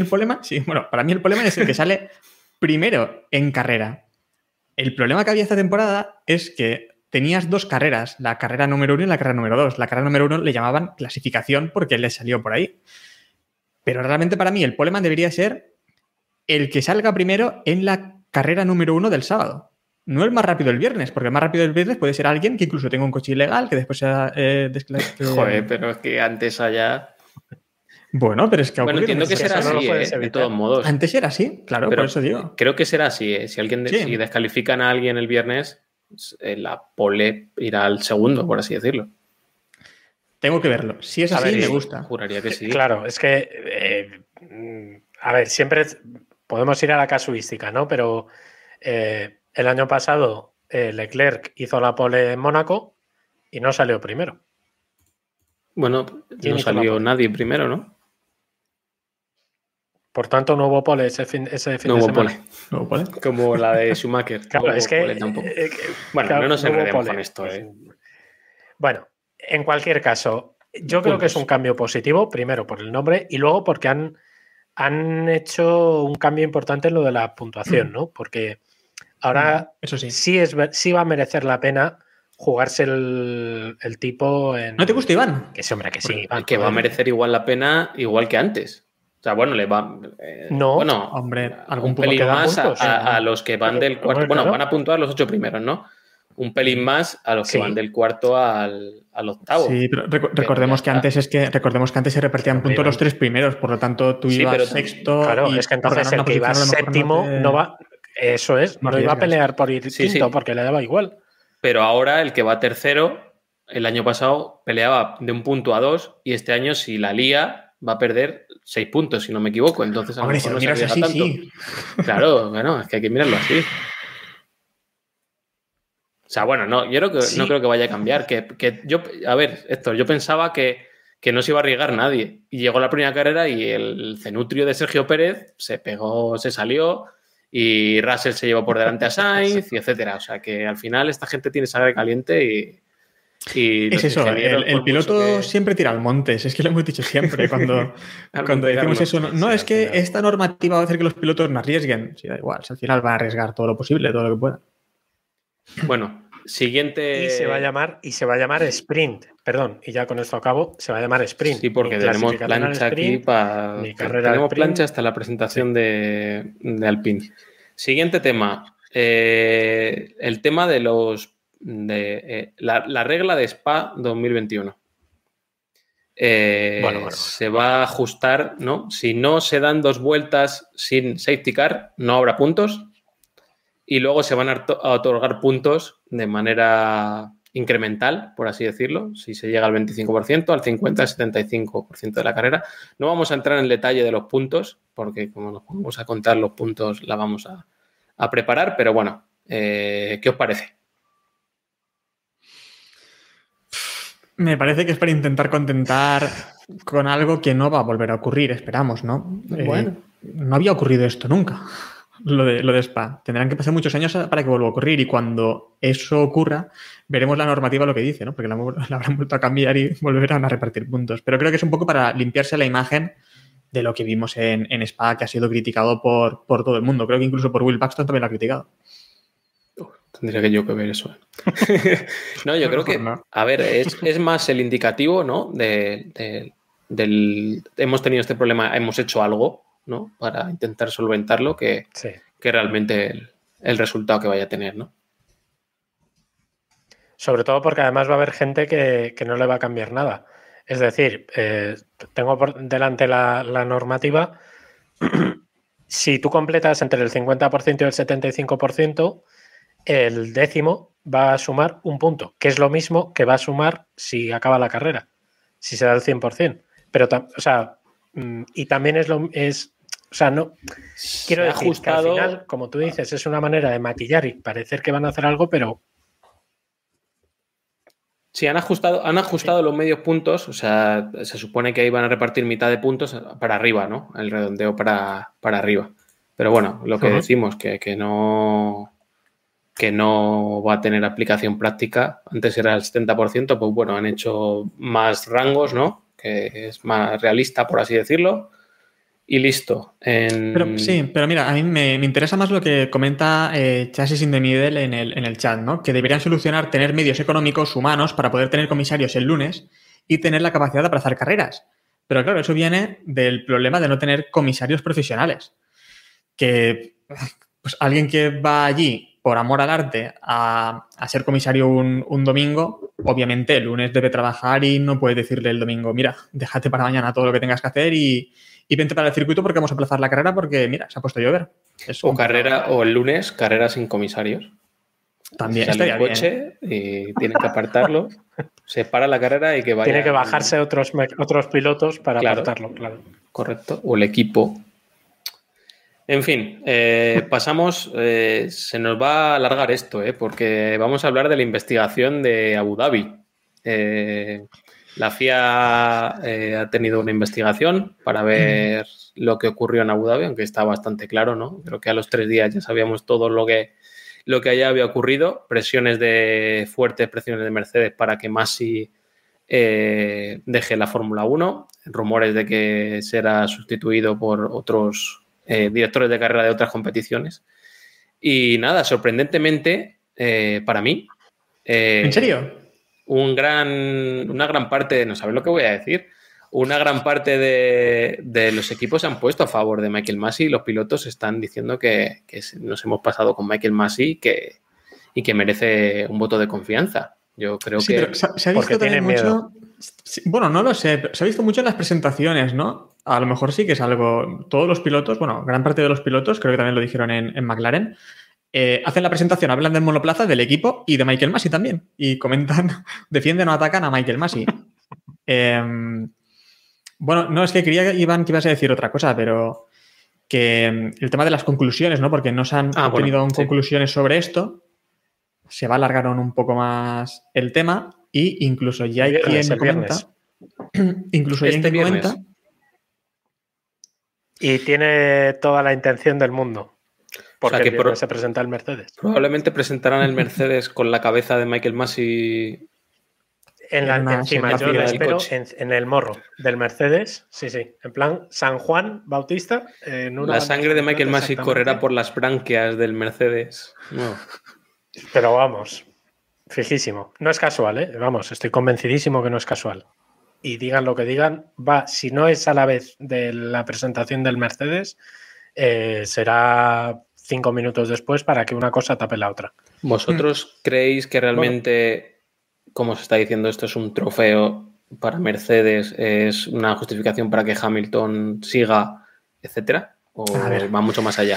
S6: es el que sale primero en carrera. El problema que había esta temporada es que tenías 2 carreras, la carrera número 1 y la carrera número 2. La carrera número 1 le llamaban clasificación porque le salió por ahí. Pero realmente para mí el poleman debería ser el que salga primero en la carrera número 1 del sábado. No el más rápido el viernes, porque el más rápido el viernes puede ser alguien que incluso tenga un coche ilegal, que después sea...
S5: Joder, pero es que antes allá...
S6: Bueno, pero es que...
S5: Bueno, entiendo que será así, de todos modos.
S6: Antes era así, claro, pero por eso digo.
S5: Creo que será así, Si si descalifican a alguien el viernes, la pole irá al segundo, por así decirlo.
S6: Tengo que verlo. Si es así, me gusta.
S5: Juraría que sí.
S7: Claro, es que... a ver, siempre podemos ir a la casuística, ¿no? Pero el año pasado Leclerc hizo la pole en Mónaco y no salió primero.
S5: Bueno, no salió nadie primero, ¿no?
S7: Por tanto, no hubo pole ese fin de semana.
S6: No hubo pole.
S5: Como la de Schumacher.
S7: Claro, es que...
S5: bueno, claro, no nos enredemos con esto.
S7: Bueno, en cualquier caso, yo creo que es un cambio positivo, primero por el nombre y luego porque han hecho un cambio importante en lo de la puntuación, ¿no? Porque ahora
S6: eso sí.
S7: Sí va a merecer la pena jugarse el tipo en...
S6: ¿No te gusta, Iván?
S7: Que sí, hombre, que sí, Iván.
S5: Que va a merecer igual la pena, igual que antes. O sea, bueno, le va...
S7: no,
S5: bueno,
S6: hombre,
S5: algún pelín más a los que van del cuarto... Bueno, van a puntuar los 8 primeros, ¿no? Un pelín más a los que van del cuarto al octavo.
S6: Sí, pero recordemos que antes se repartían puntos los 3 primeros, por lo tanto tú ibas sexto.
S7: Claro, es que entonces el que iba séptimo no va. Eso es, no iba a pelear por ir quinto porque le daba igual.
S5: Pero ahora el que va tercero, el año pasado peleaba de 1 punto a 2 y este año si la lía va a perder 6 puntos, si no me equivoco. Entonces a lo mejor no se arriesga tanto. Sí. Claro, bueno, es que hay que mirarlo así. O sea, bueno, no, yo no creo que vaya a cambiar. A ver, Héctor, yo pensaba que no se iba a arriesgar nadie. Y llegó la primera carrera y el cenutrio de Sergio Pérez se salió y Russell se llevó por delante a Sainz y etcétera. O sea, que al final esta gente tiene sangre caliente y
S6: es eso, el piloto siempre tira al monte. Es que lo hemos dicho siempre cuando decimos eso. No, es que esta normativa va a hacer que los pilotos no arriesguen. Sí, da igual, al final van a arriesgar todo lo posible, todo lo que puedan.
S5: Bueno, siguiente...
S7: Y se va a llamar sprint. Perdón, y ya con esto acabo, se va a llamar sprint.
S5: Sí, porque tenemos plancha aquí para... Tenemos plancha hasta la presentación de Alpine. Siguiente tema. El tema de la regla de Spa 2021. Bueno. Se va a ajustar, ¿no? Si no se dan 2 vueltas sin safety car, no habrá puntos. Y luego se van a otorgar puntos de manera incremental, por así decirlo. Si se llega al 25%, al 50%, al 75% de la carrera. No vamos a entrar en el detalle de los puntos, porque como nos vamos a contar los puntos, la vamos a preparar. Pero bueno, ¿qué os parece?
S6: Me parece que es para intentar contentar con algo que no va a volver a ocurrir, esperamos, ¿no? Bueno. No había ocurrido esto nunca. Lo de Spa. Tendrán que pasar muchos años para que vuelva a ocurrir y cuando eso ocurra veremos la normativa lo que dice, ¿no? Porque la habrán vuelto a cambiar y volverán a repartir puntos. Pero creo que es un poco para limpiarse la imagen de lo que vimos en Spa, que ha sido criticado por todo el mundo. Creo que incluso por Will Buxton también lo ha criticado.
S5: Tendría que yo que ver eso. No, yo creo que... A ver, es más el indicativo, ¿no? Hemos tenido este problema, hemos hecho algo, ¿no? Para intentar solventarlo, que realmente el resultado que vaya a tener, ¿no?
S7: Sobre todo porque además va a haber gente que no le va a cambiar nada. Es decir, tengo por delante la normativa. Si tú completas entre el 50% y el 75%, el décimo va a sumar 1 punto, que es lo mismo que va a sumar si acaba la carrera, si se da el 100%. Pero, o sea, y también o sea, no quiero decir que al final, como tú dices, es una manera de maquillar y parecer que van a hacer algo, pero
S5: sí, han ajustado los medios puntos, o sea, se supone que ahí van a repartir mitad de puntos para arriba, ¿no? El redondeo para arriba. Pero bueno, lo que decimos, que no va a tener aplicación práctica. Antes era el 70%, pues bueno, han hecho más rangos, ¿no? Que es más realista, por así decirlo. Y listo. Pero
S6: mira, a mí me interesa más lo que comenta Chassis in the Middle en el chat, ¿no? Que deberían solucionar tener medios económicos humanos para poder tener comisarios el lunes y tener la capacidad de aplazar carreras. Pero claro, eso viene del problema de no tener comisarios profesionales. Que pues, alguien que va allí por amor al arte a ser comisario un domingo, obviamente el lunes debe trabajar y no puede decirle el domingo, mira, déjate para mañana todo lo que tengas que hacer y vente para el circuito porque vamos a aplazar la carrera porque, mira, se ha puesto a llover.
S5: O el lunes, carrera sin comisarios.
S6: También
S5: sale
S6: estaría
S5: un coche
S6: bien.
S5: y tienen que apartarlo. Se para la carrera y que vaya.
S7: Tiene que bajarse otros pilotos para apartarlo, claro.
S5: Correcto. O el equipo. En fin, pasamos. Se nos va a alargar esto, porque vamos a hablar de la investigación de Abu Dhabi. La FIA ha tenido una investigación para ver lo que ocurrió en Abu Dhabi, aunque está bastante claro, ¿no? Creo que a los 3 días ya sabíamos todo lo que allá había ocurrido. Fuertes presiones de Mercedes para que Masi deje la Fórmula 1. Rumores de que será sustituido por otros directores de carrera de otras competiciones. Y nada, sorprendentemente, para mí...
S6: ¿En serio?
S5: Una gran parte, no sabes lo que voy a decir, una gran parte de los equipos se han puesto a favor de Michael Masi y los pilotos están diciendo que nos hemos pasado con Michael Masi y que merece un voto de confianza. Yo creo que...
S6: Pero se ha visto también mucho... Bueno, no lo sé, pero se ha visto mucho en las presentaciones, ¿no? A lo mejor sí que es algo... Todos los pilotos, bueno, gran parte de los pilotos, creo que también lo dijeron en McLaren, hacen la presentación, hablan del monoplaza, del equipo y de Michael Masi también. Y comentan, defienden o atacan a Michael Masi. Bueno, no, es que creía, Iván, que ibas a decir otra cosa, pero que el tema de las conclusiones, ¿no? Porque no se han obtenido aún conclusiones sobre esto. Se va a alargar un poco más el tema y incluso ya hay quien comenta... Incluso hay quien comenta...
S7: Y tiene toda la intención del mundo. Porque que se presenta el Mercedes.
S5: Probablemente presentarán el Mercedes con la cabeza de Michael Masi
S7: encima. Yo lo espero en el morro del Mercedes. Sí. En plan, San Juan Bautista.
S5: La sangre de Michael Masi correrá por las branquias del Mercedes. No.
S7: Pero vamos, fijísimo. No es casual, ¿eh? Vamos, estoy convencidísimo que no es casual. Y digan lo que digan, si no es a la vez de la presentación del Mercedes, será 5 minutos después para que una cosa tape la otra.
S5: ¿Vosotros creéis que realmente, como se está diciendo, esto es un trofeo para Mercedes, es una justificación para que Hamilton siga, etcétera? ¿O va mucho más allá?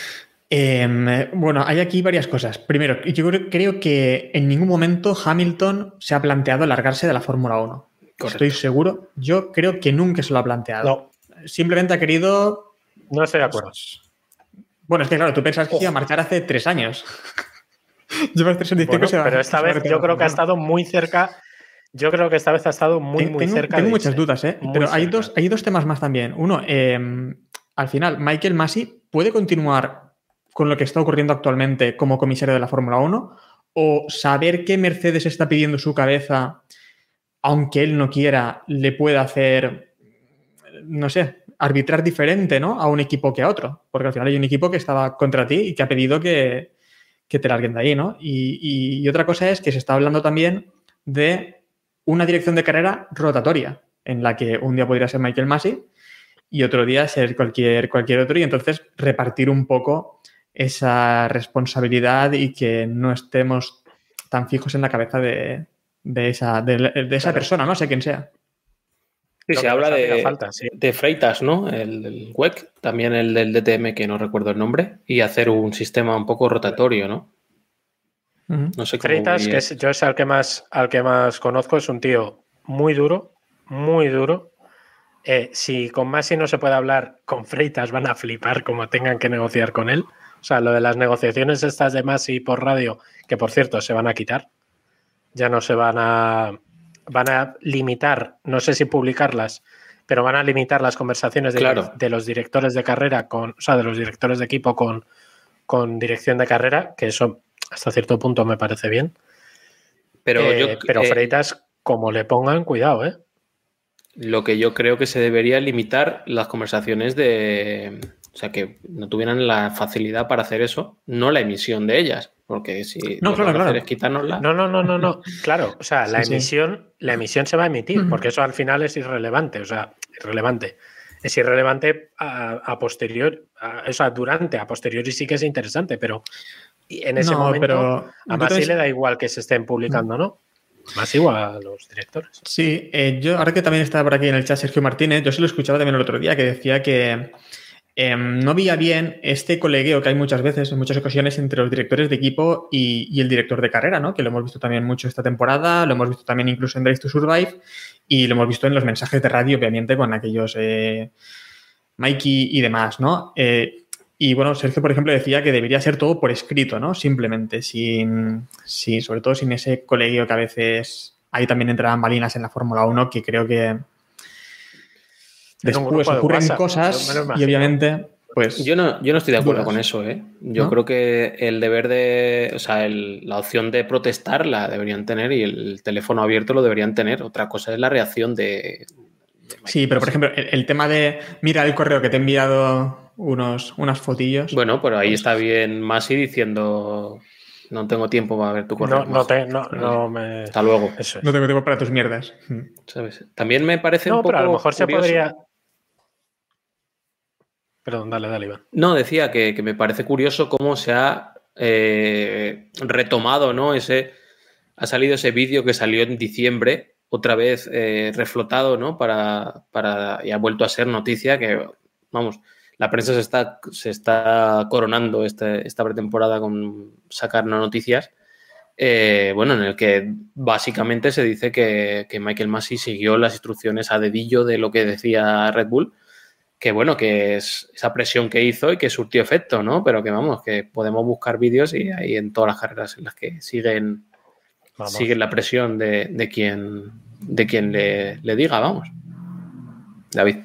S6: Bueno, hay aquí varias cosas. Primero, yo creo que en ningún momento Hamilton se ha planteado largarse de la Fórmula 1. Correcto. Estoy seguro. Yo creo que nunca se lo ha planteado.
S7: No.
S6: Simplemente ha querido...
S7: No estoy de acuerdo.
S6: Bueno, es que claro, tú pensabas que iba a marchar hace 3 años. Llevas 3 años diciendo que se va.
S7: Pero esta vez yo creo que ha estado muy cerca. Yo creo que esta vez ha estado muy cerca.
S6: Tengo muchas dudas, pero hay dos temas más también. Uno, al final, Michael Masi puede continuar con lo que está ocurriendo actualmente como comisario de la Fórmula 1 o saber que Mercedes está pidiendo su cabeza, aunque él no quiera, le puede hacer, no sé, arbitrar diferente, ¿no? A un equipo que a otro. Porque al final hay un equipo que estaba contra ti y que ha pedido que te larguen de ahí, ¿no? Y otra cosa es que se está hablando también de una dirección de carrera rotatoria, en la que un día podría ser Michael Masi y otro día ser cualquier otro, y entonces repartir un poco esa responsabilidad y que no estemos tan fijos en la cabeza de esa persona, no sé quién sea.
S5: Sí, se habla de Freitas, ¿no? El WEC, también el del DTM, que no recuerdo el nombre, y hacer un sistema un poco rotatorio, ¿no?
S7: No sé cómo. Freitas, que yo es al que más conozco, es un tío muy duro, muy duro. Si con Masi no se puede hablar, con Freitas van a flipar como tengan que negociar con él. O sea, lo de las negociaciones estas de Masi por radio, que por cierto se van a quitar, ya no se van a limitar, no sé si publicarlas, pero van a limitar las conversaciones de los directores de carrera de los directores de equipo con dirección de carrera, que eso hasta cierto punto me parece bien. Pero Freitas, como le pongan, cuidado, ¿eh?
S5: Lo que yo creo que se debería limitar las conversaciones o sea, que no tuvieran la facilidad para hacer eso, no la emisión de ellas. Porque si
S6: lo que van a hacer
S5: es quitárnosla.
S7: No. Claro, o sea, la emisión se va a emitir, porque eso al final es irrelevante. O sea, irrelevante. Es irrelevante a posteriori, o sea, durante, a posteriori sí que es interesante, pero en ese momento a Masi le da igual que se estén publicando, ¿no? Más igual a los directores.
S6: Sí, yo ahora que también estaba por aquí en el chat Sergio Martínez, yo se lo escuchaba también el otro día, que decía que no veía bien este colegueo que hay muchas veces, en muchas ocasiones, entre los directores de equipo y el director de carrera, ¿no? Que lo hemos visto también mucho esta temporada, lo hemos visto también incluso en Drive to Survive y lo hemos visto en los mensajes de radio, obviamente, con aquellos Mikey y demás, ¿no? Y bueno, Sergio, por ejemplo, decía que debería ser todo por escrito, ¿no? Simplemente, sobre todo sin ese colegueo que a veces hay también entre bambalinas en la Fórmula 1, que creo que después ocurren cosas y obviamente, pues...
S5: Yo no estoy de acuerdo con eso, ¿eh? Yo creo que el deber de... O sea, la opción de protestar la deberían tener y el teléfono abierto lo deberían tener. Otra cosa es la reacción de
S6: sí, pero por ejemplo, el tema de mira el correo que te he enviado unas fotillos.
S5: Bueno, pero ahí está bien Masi diciendo no tengo tiempo para ver tu correo.
S6: Hasta luego. Eso es. No tengo tiempo para tus mierdas.
S5: ¿Sabes? También me parece un poco
S7: pero a lo mejor
S5: curioso.
S7: Se podría... Perdón, dale, Iván.
S5: No, decía que me parece curioso cómo se ha retomado, ¿no? Ha salido ese vídeo que salió en diciembre, otra vez reflotado, ¿no? Y ha vuelto a ser noticia que, vamos, la prensa se está coronando esta pretemporada con sacar noticias. En el que básicamente se dice que Michael Masi siguió las instrucciones a dedillo de lo que decía Red Bull, que es esa presión que hizo y que surtió efecto, ¿no? Pero que vamos, que podemos buscar vídeos y hay en todas las carreras en las que siguen la presión de quien le diga, vamos. David.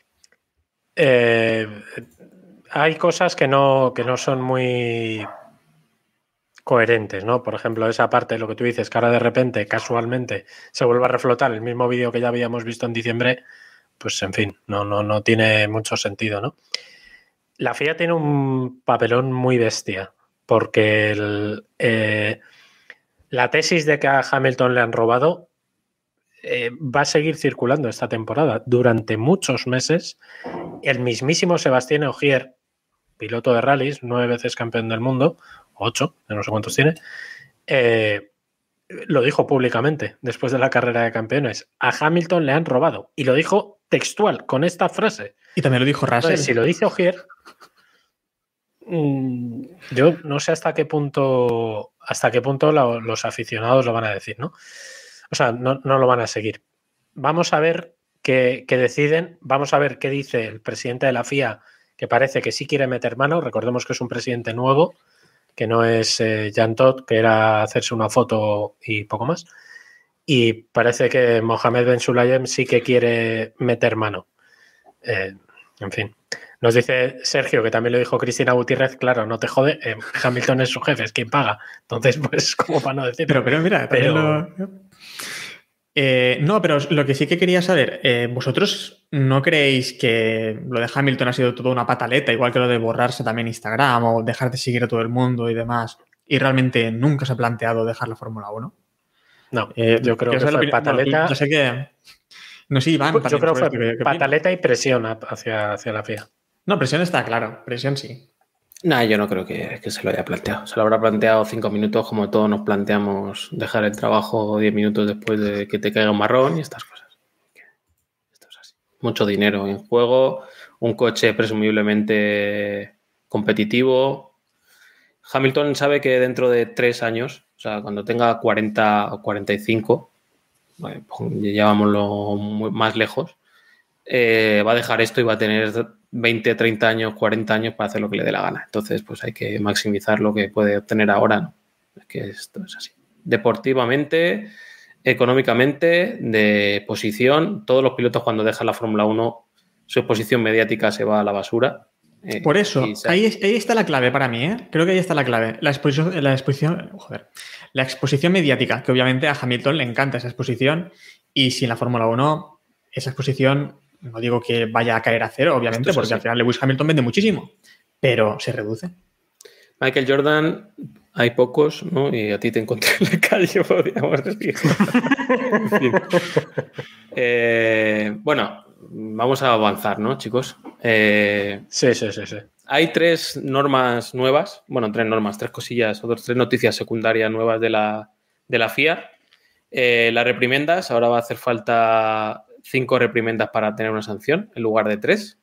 S7: Hay cosas que no son muy coherentes, ¿no? Por ejemplo, esa parte de lo que tú dices, que ahora de repente, casualmente, se vuelve a reflotar el mismo vídeo que ya habíamos visto en diciembre, pues en fin, no tiene mucho sentido, ¿no? La FIA tiene un papelón muy bestia, porque la tesis de que a Hamilton le han robado va a seguir circulando esta temporada. Durante muchos meses, el mismísimo Sebastián Ogier, piloto de rallies, 9 veces campeón del mundo, 8, no sé cuántos tiene, lo dijo públicamente después de la carrera de campeones. A Hamilton le han robado. Y lo dijo textual, con esta frase.
S6: Y también lo dijo Russell.
S7: Entonces, si lo dice Ogier, yo no sé hasta qué punto los aficionados lo van a decir, ¿no? O sea, no lo van a seguir. Vamos a ver qué deciden. Vamos a ver qué dice el presidente de la FIA, que parece que sí quiere meter mano. Recordemos que es un presidente nuevo, que no es Jean Todt, que era hacerse una foto y poco más. Y parece que Mohamed Ben Sulayem sí que quiere meter mano. En fin. Nos dice Sergio, que también lo dijo Cristina Gutiérrez, claro, no te jode, Hamilton es su jefe, es quien paga. Entonces, pues, como para no decir.
S6: Pero mira, no, pero lo que sí que quería saber, ¿vosotros no creéis que lo de Hamilton ha sido toda una pataleta, igual que lo de borrarse también Instagram o dejar de seguir a todo el mundo y demás, y realmente nunca se ha planteado dejar la Fórmula 1?
S7: No, yo creo que fue pataleta.
S6: Yo sé que... No sé, Iván.
S7: Yo creo que fue pataleta y presión hacia la FIA.
S6: No, presión está claro, presión sí.
S5: No, yo no creo que se lo haya planteado. Se lo habrá planteado 5 minutos, como todos nos planteamos dejar el trabajo 10 minutos después de que te caiga un marrón y estas cosas. Esto es así. Mucho dinero en juego, un coche presumiblemente competitivo. Hamilton sabe que dentro de 3 años, o sea, cuando tenga 40 o 45, llevámoslo más lejos, va a dejar esto y va a tener 20, 30 años, 40 años para hacer lo que le dé la gana. Entonces, pues hay que maximizar lo que puede obtener ahora, ¿no? Es que esto es así. Deportivamente, económicamente, de posición, todos los pilotos cuando dejan la Fórmula 1, su exposición mediática se va a la basura.
S6: Por eso, ahí está la clave para mí, ¿eh? Creo que ahí está la clave. La exposición mediática, que obviamente a Hamilton le encanta esa exposición, y sin la Fórmula 1, esa exposición, no digo que vaya a caer a cero, obviamente, porque al final Lewis Hamilton vende muchísimo, pero se reduce.
S5: Michael Jordan, hay pocos, ¿no? Y a ti te encontré en la calle, podríamos decir. En fin. Bueno, vamos a avanzar, ¿no, chicos?
S7: Sí.
S5: Hay 3 normas nuevas, bueno, 3 normas, 3 cosillas, otras 3 noticias secundarias nuevas de la FIA. Las reprimendas, ahora va a hacer falta 5 reprimendas para tener una sanción en lugar de 3.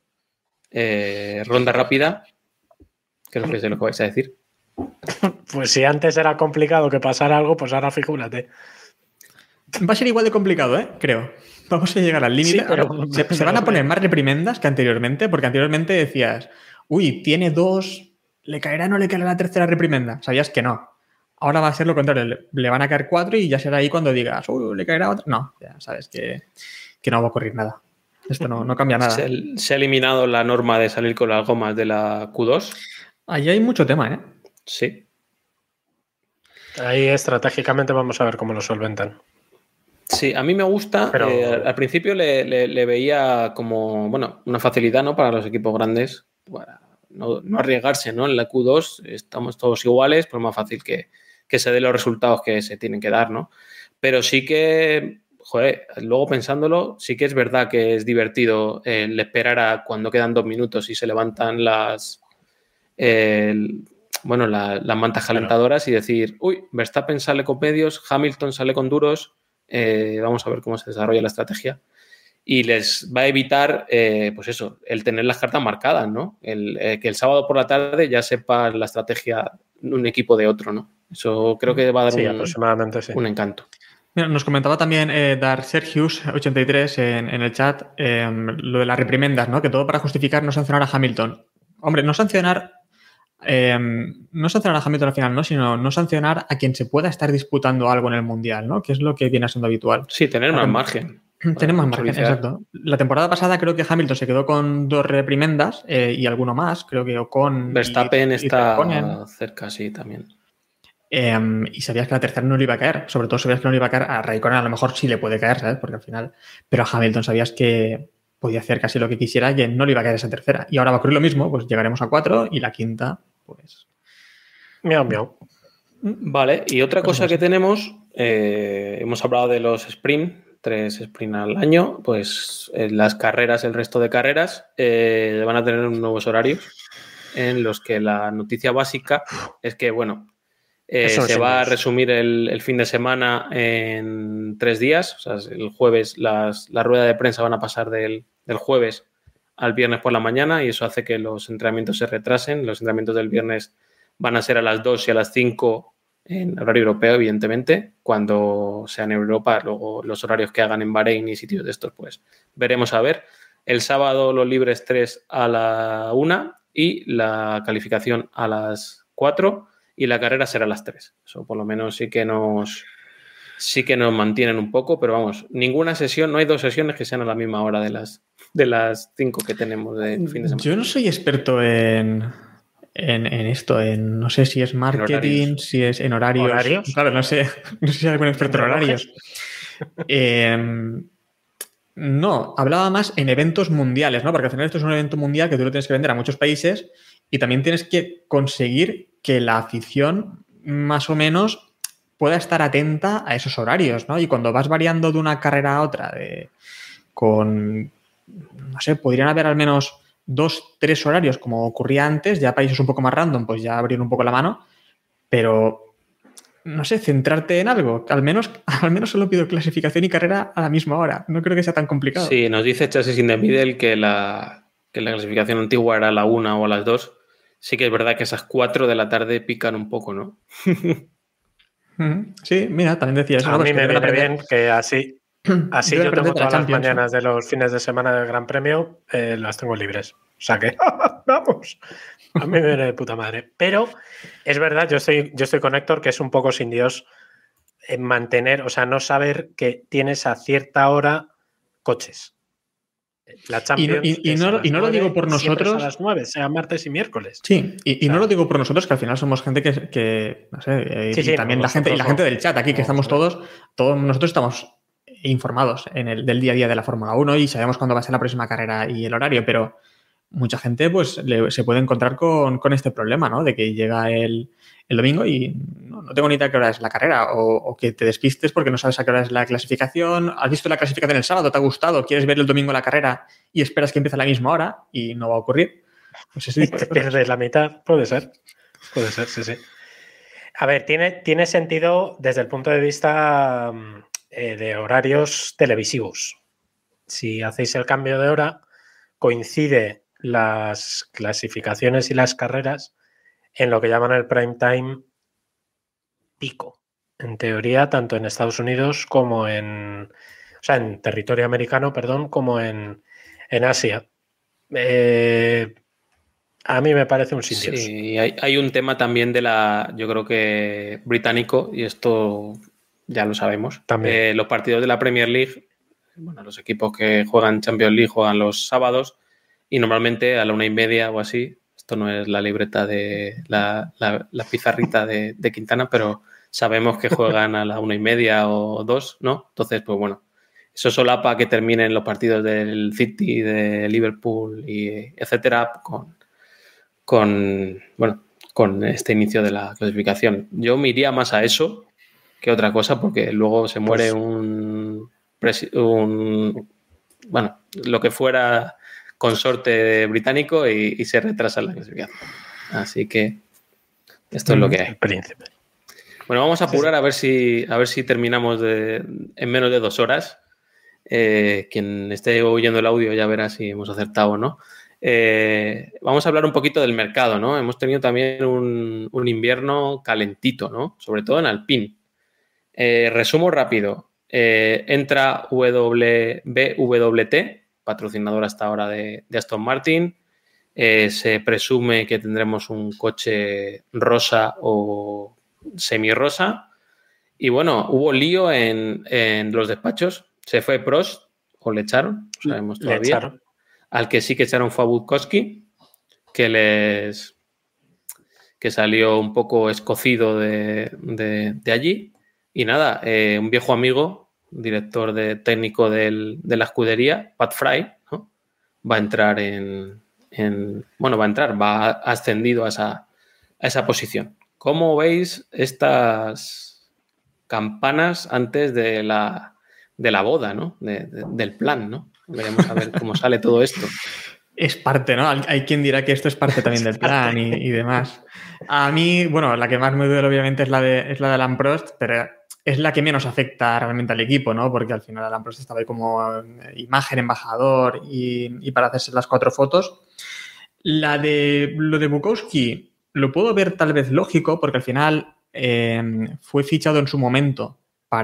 S5: Ronda rápida, ¿qué es lo que vais a decir?
S7: Pues si antes era complicado que pasara algo, pues ahora figúrate.
S6: Va a ser igual de complicado, creo. Vamos a llegar al límite.
S7: Sí, pero
S6: se van a poner más reprimendas que anteriormente, porque anteriormente decías, uy, tiene 2, ¿le caerá o no le caerá la tercera reprimenda? Sabías que no. Ahora va a ser lo contrario, le van a caer 4 y ya será ahí cuando digas, uy, ¿le caerá otra? No, ya sabes que no va a ocurrir nada. Esto no cambia nada.
S5: Se ha eliminado la norma de salir con las gomas de la Q2.
S6: Ahí hay mucho tema,
S5: Sí.
S7: Ahí estratégicamente vamos a ver cómo lo solventan.
S5: Sí, a mí me gusta.
S7: Pero...
S5: al principio le veía como, bueno, una facilidad, ¿no? Para los equipos grandes, para no arriesgarse, ¿no? En la Q2 estamos todos iguales, pues más fácil que se den los resultados que se tienen que dar, ¿no? Pero sí que, joder, luego pensándolo, sí que es verdad que es divertido el esperar a cuando quedan 2 minutos y se levantan las mantas calentadoras y decir, uy, Verstappen sale con medios, Hamilton sale con duros, vamos a ver cómo se desarrolla la estrategia. Y les va a evitar, pues eso, el tener las cartas marcadas, ¿no? Que el sábado por la tarde ya sepa la estrategia de un equipo de otro, ¿no? Eso creo que va a dar
S7: aproximadamente,
S5: un encanto.
S6: Mira, nos comentaba también Dar Sergius83 en el chat lo de las reprimendas, ¿no? Que todo para justificar no sancionar a Hamilton. Hombre, no sancionar a Hamilton al final, ¿no? Sino no sancionar a quien se pueda estar disputando algo en el Mundial, ¿no? Que es lo que viene siendo habitual.
S5: Sí, tener más margen.
S6: Tenemos más margen, exacto. La temporada pasada creo que Hamilton se quedó con 2 reprimendas y alguno más, creo que Ocon.
S5: Verstappen está cerca, sí, también.
S6: Y sabías que la tercera no le iba a caer. Sobre todo sabías que no le iba a caer. A Raikkonen a lo mejor sí le puede caer, ¿sabes? Porque al final... Pero a Hamilton sabías que podía hacer casi lo que quisiera y no le iba a caer esa tercera. Y ahora va a ocurrir lo mismo, pues llegaremos a 4 y la quinta, pues...
S7: Miau.
S5: Vale, y otra cosa que tenemos, hemos hablado de los sprint, 3 sprint al año, pues las carreras, el resto de carreras van a tener nuevos horarios en los que la noticia básica es que, bueno, se va a resumir el fin de semana en 3 días. O sea, el jueves la rueda de prensa van a pasar del jueves al viernes por la mañana y eso hace que los entrenamientos se retrasen. Los entrenamientos del viernes van a ser a las 2 y a las 5 en horario europeo, evidentemente. Cuando sea en Europa, luego los horarios que hagan en Bahrein y sitios de estos, pues veremos a ver. El sábado los libres 3 a la 1 y la calificación a las 4 y la carrera será a las 3. Eso por lo menos sí que nos mantienen un poco, pero vamos, ninguna sesión, no hay 2 sesiones que sean a la misma hora de las 5 que tenemos de fin de semana.
S6: Yo no soy experto en esto, no sé si es marketing, si es en horarios.
S7: ¿Horarios?
S6: Claro, no sé si hay algún experto en horarios. No, hablaba más en eventos mundiales, ¿no? Porque al final esto es un evento mundial que tú lo tienes que vender a muchos países y también tienes que conseguir que la afición más o menos pueda estar atenta a esos horarios, ¿no? Y cuando vas variando de una carrera a otra, no sé, podrían haber al menos 2, 3 horarios como ocurría antes, ya países un poco más random, pues ya abrir un poco la mano, pero no sé, centrarte en algo. Al menos solo pido clasificación y carrera a la misma hora. No creo que sea tan complicado.
S5: Sí, nos dice Chassis in the Middle que la clasificación antigua era a la 1 o a las 2. Sí que es verdad que esas 4 de la tarde pican un poco, ¿no?
S6: Sí, mira, también decía eso.
S7: A mí me viene bien que así yo tengo todas las mañanas de los fines de semana del Gran Premio, las tengo libres. O sea que, vamos, a mí me viene de puta madre. Pero es verdad, yo estoy con Héctor, que es un poco sin Dios en mantener, o sea, no saber que tienes a cierta hora coches. La Champions
S6: y no lo digo por nosotros
S7: a las 9, sea martes y miércoles.
S6: Sí, y no lo digo por nosotros, que al final somos gente que no sé, y también la gente del chat aquí, que estamos todos nosotros estamos informados del día a día de la Fórmula 1 y sabemos cuándo va a ser la próxima carrera y el horario, pero mucha gente pues se puede encontrar con este problema, ¿no? De que llega el domingo y no no tengo ni idea a qué hora es la carrera, o que te despistes porque no sabes a qué hora es la clasificación, has visto la clasificación el sábado, te ha gustado, quieres ver el domingo la carrera y esperas que empiece a la misma hora y no va a ocurrir. Pues ese tipo de
S7: te pierdes la mitad, puede ser, sí, sí. A ver, tiene sentido desde el punto de vista de horarios televisivos. Si hacéis el cambio de hora, coincide las clasificaciones y las carreras en lo que llaman el prime time pico. En teoría, tanto en Estados Unidos como en territorio americano, perdón, como en Asia. A mí me parece un sin Dios.
S5: Sí, hay un tema también yo creo que británico, y esto ya lo sabemos. También. Los partidos de la Premier League, bueno, los equipos que juegan Champions League juegan los sábados y normalmente a la 1:30 o así. Esto no es la libreta de la pizarrita de Quintana, pero sabemos que juegan a la 1:30 o 2, ¿no? Entonces, pues bueno, eso solapa que terminen los partidos del City, de Liverpool y etcétera con este inicio de la clasificación. Yo me iría más a eso que otra cosa, porque luego se muere lo que fuera consorte británico y se retrasa la clasificación. Así que esto es lo que hay.
S7: El príncipe.
S5: Bueno, vamos a apurar a ver si terminamos en menos de 2 horas. Quien esté oyendo el audio ya verá si hemos acertado o no. Vamos a hablar un poquito del mercado, ¿no? Hemos tenido también un invierno calentito, ¿no? Sobre todo en Alpine. Resumo rápido. Entra BWT, patrocinador hasta ahora de Aston Martin. Se presume que tendremos un coche rosa o semirrosa. Y bueno, hubo lío en los despachos. Se fue Prost o le echaron, no sabemos todavía.
S7: Le echaron.
S5: Al que sí que echaron fue a Budkowski, que salió un poco escocido de allí. Y nada, un viejo amigo, director técnico de la escudería, Pat Fry, ¿no? Va ascendido a esa posición. ¿Cómo veis estas campanas antes de la boda, ¿no? Del plan, ¿no? Veremos a ver cómo sale todo esto.
S6: Es parte, ¿no? Hay quien dirá que esto es parte también del plan y demás. A mí, bueno, la que más me duele obviamente es la de Alain Prost, pero es la que menos afecta realmente al equipo, ¿no? Porque al final Alain Prost estaba ahí como imagen, embajador y para hacerse las 4 fotos. Lo de Bukowski lo puedo ver tal vez lógico porque al final fue fichado en su momento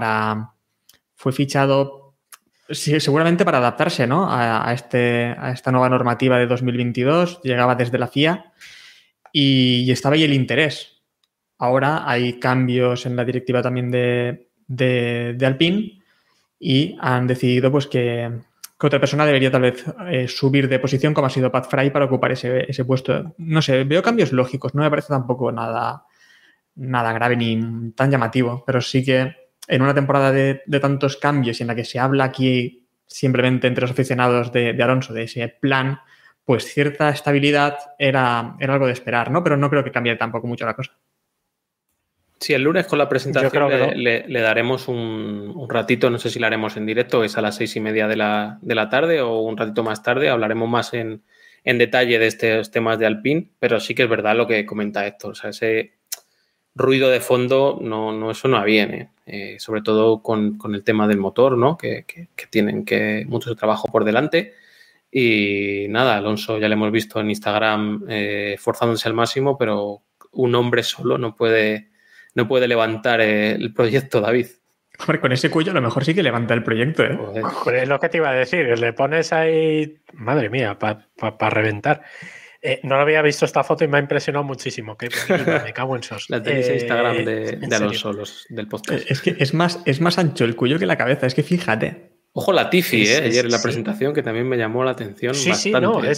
S6: sí, seguramente para adaptarse, ¿no? a esta nueva normativa de 2022. Llegaba desde la FIA y estaba ahí el interés. Ahora hay cambios en la directiva también de Alpine y han decidido pues que otra persona debería tal vez subir de posición, como ha sido Pat Fry, para ocupar ese puesto. No sé, veo cambios lógicos. No me parece tampoco nada grave ni tan llamativo, pero sí que en una temporada de tantos cambios y en la que se habla aquí simplemente entre los aficionados de Alonso de ese plan, pues cierta estabilidad era algo de esperar, ¿no? Pero no creo que cambie tampoco mucho la cosa.
S5: Sí, el lunes con la presentación le daremos un ratito, no sé si la haremos en directo, es a las 6:30 de la tarde o un ratito más tarde, hablaremos más en detalle de estos temas de Alpine, pero sí que es verdad lo que comenta Héctor, o sea, ese ruido de fondo no suena bien, sobre todo con el tema del motor, ¿no? Que tienen mucho trabajo por delante. Y nada, Alonso ya lo hemos visto en Instagram forzándose al máximo, pero un hombre solo no puede levantar el proyecto, David.
S6: Hombre, con ese cuello a lo mejor sí que levanta el proyecto, ¿eh?
S7: Joder, es lo que te iba a decir, le pones ahí, madre mía, para reventar. No lo había visto esta foto y me ha impresionado muchísimo. Me cago en sos.
S5: La tenéis en Instagram de Alonso, del podcast.
S6: Es que es más ancho el cuello que la cabeza. Es que fíjate.
S5: Ojo Latifi, ayer en la presentación, que también me llamó la atención bastante.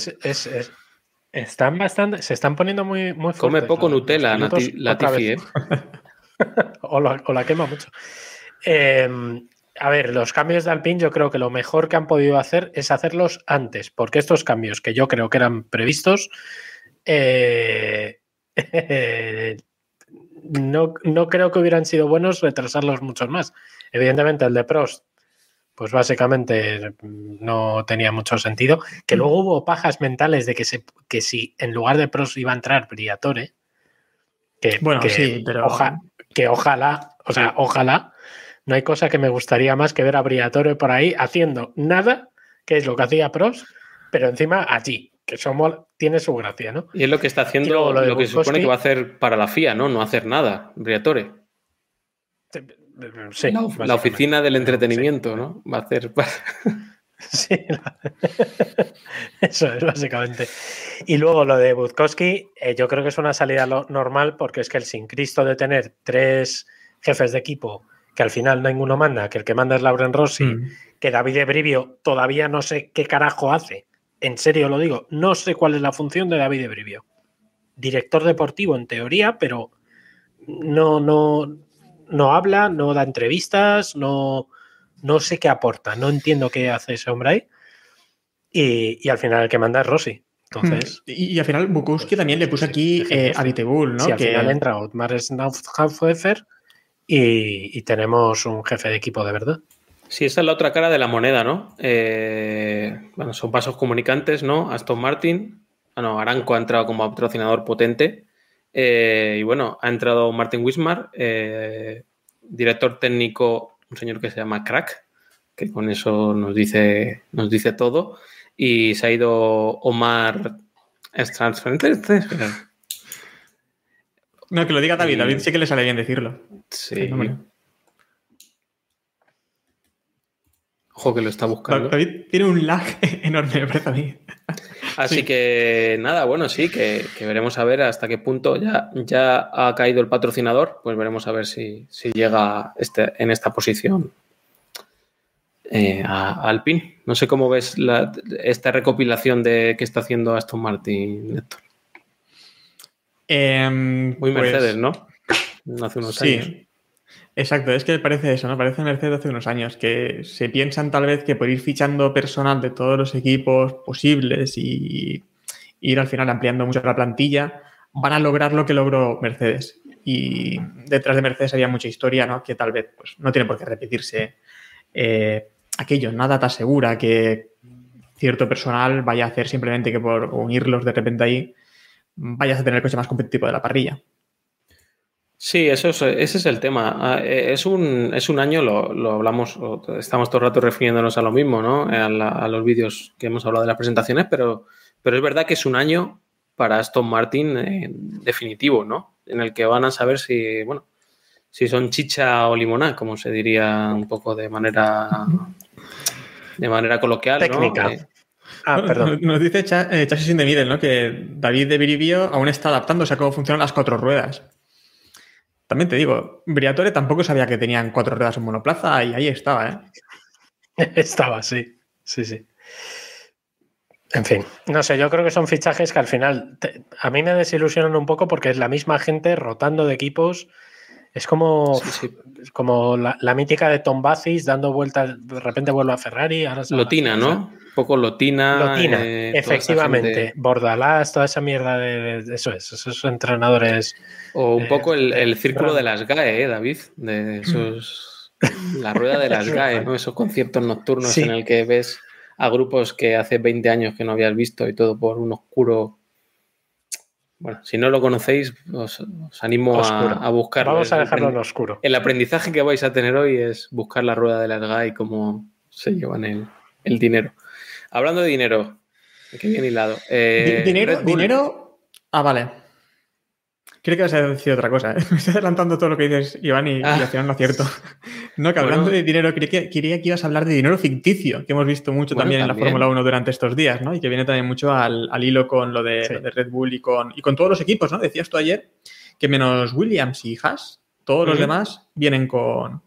S7: Sí, se están poniendo muy fuertes.
S5: Come poco Nutella, Latifi,
S7: o la quema mucho. A ver, los cambios de Alpine yo creo que lo mejor que han podido hacer es hacerlos antes, porque estos cambios que yo creo que eran previstos no creo que hubieran sido buenos retrasarlos muchos más. Evidentemente, el de Prost, pues básicamente no tenía mucho sentido. Que luego hubo pajas mentales de que si en lugar de Prost iba a entrar Briatore,
S6: sí, pero...
S7: ojalá, no hay cosa que me gustaría más que ver a Briatore por ahí haciendo nada, que es lo que hacía Prost, pero encima allí, que tiene su gracia, ¿no?
S5: Y es lo que está haciendo, lo que se supone que va a hacer para la FIA, ¿no? No hacer nada, Briatore.
S7: Sí,
S5: la oficina del entretenimiento, sí. ¿no? Va a hacer...
S7: Sí, eso es básicamente. Y luego lo de Budkowski, yo creo que es una salida normal, porque es que el sin Cristo de tener 3 jefes de equipo, que al final ninguno manda, que el que manda es Lauren Rossi, que Davide Brivio todavía no sé qué carajo hace, en serio lo digo, no sé cuál es la función de Davide Brivio. Director deportivo en teoría, pero no habla, no da entrevistas, no sé qué aporta, no entiendo qué hace ese hombre ahí. Y al final el que manda es Rossi. Entonces,
S6: y al final Bukowski también le puso aquí a Vitebull, ¿no?
S7: Sí, al final entra Otmar Schnauzhofer y tenemos un jefe de equipo de verdad.
S5: Sí, esa es la otra cara de la moneda, ¿no? Bueno, son vasos comunicantes, ¿no? Aston Martin. Bueno, Aramco ha entrado como patrocinador potente. Y bueno, ha entrado Martin Wismar, director técnico, un señor que se llama Crack, que con eso nos dice todo. Y se ha ido Omar Stransfrenter.
S6: No, que lo diga David. David sí que le sale bien decirlo.
S5: Sí. Ojo que lo está buscando.
S6: David tiene un lag enorme, me parece a mí.
S5: Así que nada, bueno, sí, que veremos a ver hasta qué punto ya ha caído el patrocinador, pues veremos a ver si llega en esta posición a Alpine. No sé cómo ves esta recopilación que está haciendo Aston Martin, Héctor. Muy Mercedes, ¿no? Hace unos años.
S6: Exacto, es que parece eso, ¿no? Parece Mercedes hace unos años, que se piensan tal vez que por ir fichando personal de todos los equipos posibles y ir al final ampliando mucho la plantilla, van a lograr lo que logró Mercedes. Y detrás de Mercedes había mucha historia, ¿no? Que tal vez pues, no tiene por qué repetirse aquello, nada te asegura que cierto personal vaya a hacer simplemente que por unirlos de repente ahí vayas a tener el coche más competitivo de la parrilla.
S5: Sí, ese es el tema. Es un año, lo hablamos, estamos todo el rato refiriéndonos a lo mismo, ¿no? A los vídeos que hemos hablado de las presentaciones, pero es verdad que es un año para Aston Martin definitivo, ¿no? En el que van a saber si son chicha o limonada, como se diría un poco de manera coloquial,
S7: técnica.
S5: ¿no?
S6: Perdón. Nos dice Chassis in the Middle, ¿no? Que David de Brivio aún está adaptándose a cómo funcionan las 4 ruedas. También te digo, Briatore tampoco sabía que tenían 4 ruedas en monoplaza y ahí estaba, ¿eh?
S7: Estaba, sí. En fin, no sé, yo creo que son fichajes que al final a mí me desilusionan un poco porque es la misma gente rotando de equipos. Es como, es como la mítica de Tom Bathis dando vueltas, de repente vuelve a Ferrari. Ahora
S5: Lotina, ¿no? Un poco Lotina.
S7: Efectivamente. Bordalás, toda esa mierda de esos entrenadores.
S5: O un poco el círculo de las GAE, David, de esos... La rueda de las GAE, ¿no? Esos conciertos nocturnos en el que ves a grupos que hace 20 años que no habías visto y todo por un oscuro... Bueno, si no lo conocéis, os animo a buscarlo.
S7: Vamos a dejarlo en oscuro.
S5: El aprendizaje que vais a tener hoy es buscar la rueda de las GAE y cómo se llevan el dinero. Hablando de dinero, qué bien hilado.
S6: ¿Dinero? Ah, vale. Creo que vas a decir otra cosa. Me estoy adelantando todo lo que dices, Iván, y al final no acierto. No, que hablando de dinero, quería que ibas a hablar de dinero ficticio, que hemos visto mucho también en la Fórmula 1 durante estos días, ¿no? Y que viene también mucho al hilo con lo de Red Bull y con todos los equipos, ¿no? Decías tú ayer que menos Williams y Haas, todos los demás vienen con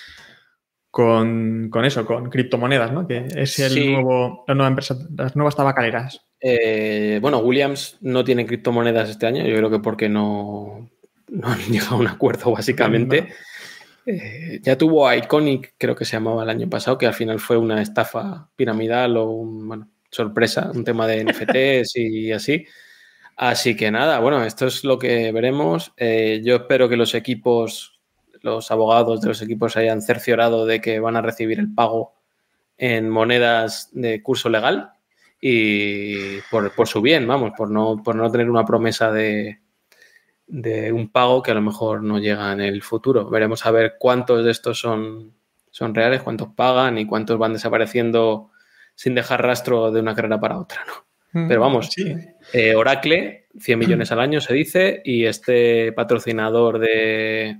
S6: eso, con criptomonedas, ¿no? Que es la nueva empresa, las nuevas tabacaleras.
S5: Williams no tiene criptomonedas este año, yo creo que porque no han llegado a un acuerdo, básicamente. Ya tuvo Iconic, creo que se llamaba el año pasado, que al final fue una estafa piramidal o sorpresa, un tema de NFTs y así. Así que nada, bueno, esto es lo que veremos. Yo espero que los equipos, los abogados de los equipos se hayan cerciorado de que van a recibir el pago en monedas de curso legal y por su bien, vamos, por no tener una promesa de un pago que a lo mejor no llega en el futuro. Veremos a ver cuántos de estos son reales, cuántos pagan y cuántos van desapareciendo sin dejar rastro de una carrera para otra, ¿no? Pero vamos,
S6: sí.
S5: Oracle, 100 millones al año se dice, y este patrocinador de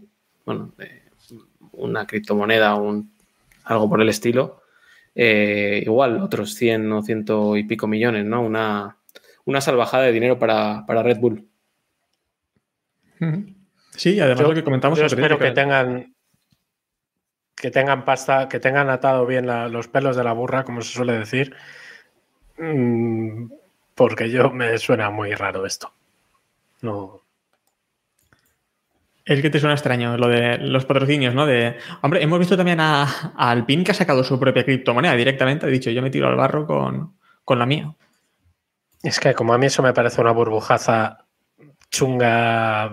S5: una criptomoneda o algo por el estilo, igual otros 100 o 100 y pico millones, ¿no? Una salvajada de dinero para Red Bull.
S6: Sí, además lo que comentamos.
S7: Yo espero que tengan pasta, que tengan atado bien los pelos de la burra, como se suele decir, porque me suena muy raro esto. No.
S6: El que te suena extraño, lo de los patrocinios, ¿no? Hombre, hemos visto también a Alpine, que ha sacado su propia criptomoneda directamente. Ha dicho, yo me tiro al barro con la mía.
S7: Es que como a mí eso me parece una burbujaza chunga,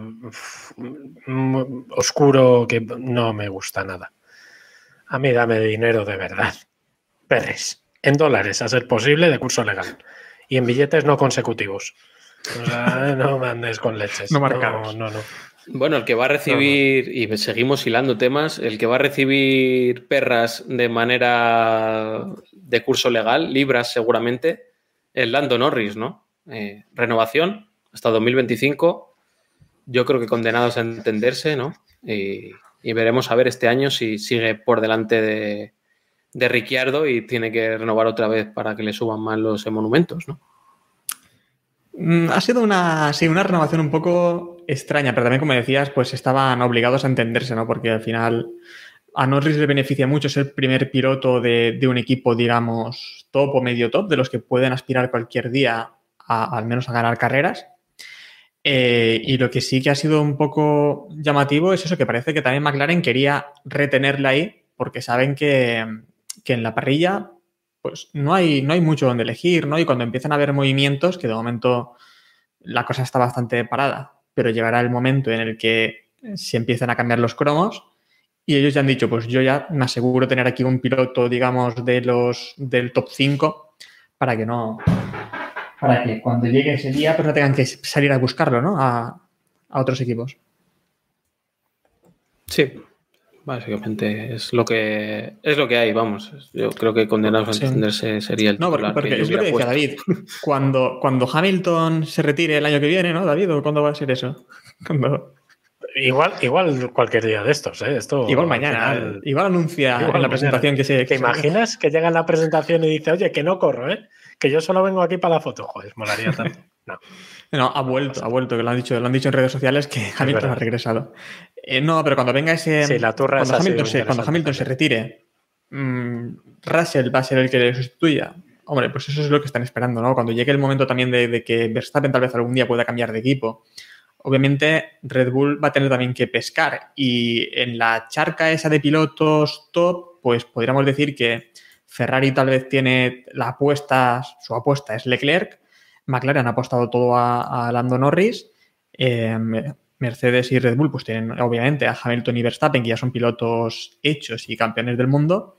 S7: oscuro, que no me gusta nada. A mí dame dinero de verdad. Perres. En dólares, a ser posible, de curso legal. Y en billetes no consecutivos. O sea, no me andes con leches.
S6: No marcados.
S7: No.
S5: Bueno, el que va a recibir, y seguimos hilando temas, el que va a recibir perras de manera de curso legal, libras seguramente, es Lando Norris, ¿no? Renovación hasta 2025. Yo creo que condenados a entenderse, ¿no? Y veremos a ver este año si sigue por delante de Ricciardo y tiene que renovar otra vez para que le suban más los monumentos, ¿no?
S6: Ha sido una renovación un poco extraña, pero también, como decías, pues estaban obligados a entenderse, ¿no? Porque al final a Norris le beneficia mucho ser primer piloto de un equipo, digamos, top o medio top, de los que pueden aspirar cualquier día al menos a ganar carreras. Y lo que sí que ha sido un poco llamativo es eso, que parece que también McLaren quería retenerla ahí porque saben que en la parrilla pues no hay mucho donde elegir, ¿no? Y cuando empiezan a haber movimientos, que de momento la cosa está bastante parada, pero llegará el momento en el que se empiezan a cambiar los cromos y ellos ya han dicho, pues yo ya me aseguro tener aquí un piloto, digamos, del top 5 para que cuando llegue ese día pues no tengan que salir a buscarlo, ¿no? A otros equipos.
S5: Sí, básicamente es lo que hay, vamos. Yo creo que condenados a entenderse sería el titular.
S6: No, porque es lo que decía David. Cuando Hamilton se retire el año que viene, ¿no, David? ¿O cuándo va a ser eso?
S7: Igual cualquier día de estos, ¿eh?
S6: Igual mañana. Igual anuncia en la presentación que se...
S7: ¿Te imaginas que llega en la presentación y dice, oye, que no corro, que yo solo vengo aquí para la foto? Joder, molaría tanto.
S6: No, ha vuelto, que lo han dicho en redes sociales que Hamilton ha regresado. No, pero cuando venga ese...
S7: Sí, la turra
S6: cuando Hamilton se retire, Russell va a ser el que le sustituya. Hombre, pues eso es lo que están esperando, ¿no? Cuando llegue el momento también de que Verstappen tal vez algún día pueda cambiar de equipo. Obviamente Red Bull va a tener también que pescar y en la charca esa de pilotos top, pues podríamos decir que Ferrari tal vez tiene su apuesta es Leclerc, McLaren ha apostado todo a Lando Norris, Mercedes y Red Bull pues tienen obviamente a Hamilton y Verstappen, que ya son pilotos hechos y campeones del mundo,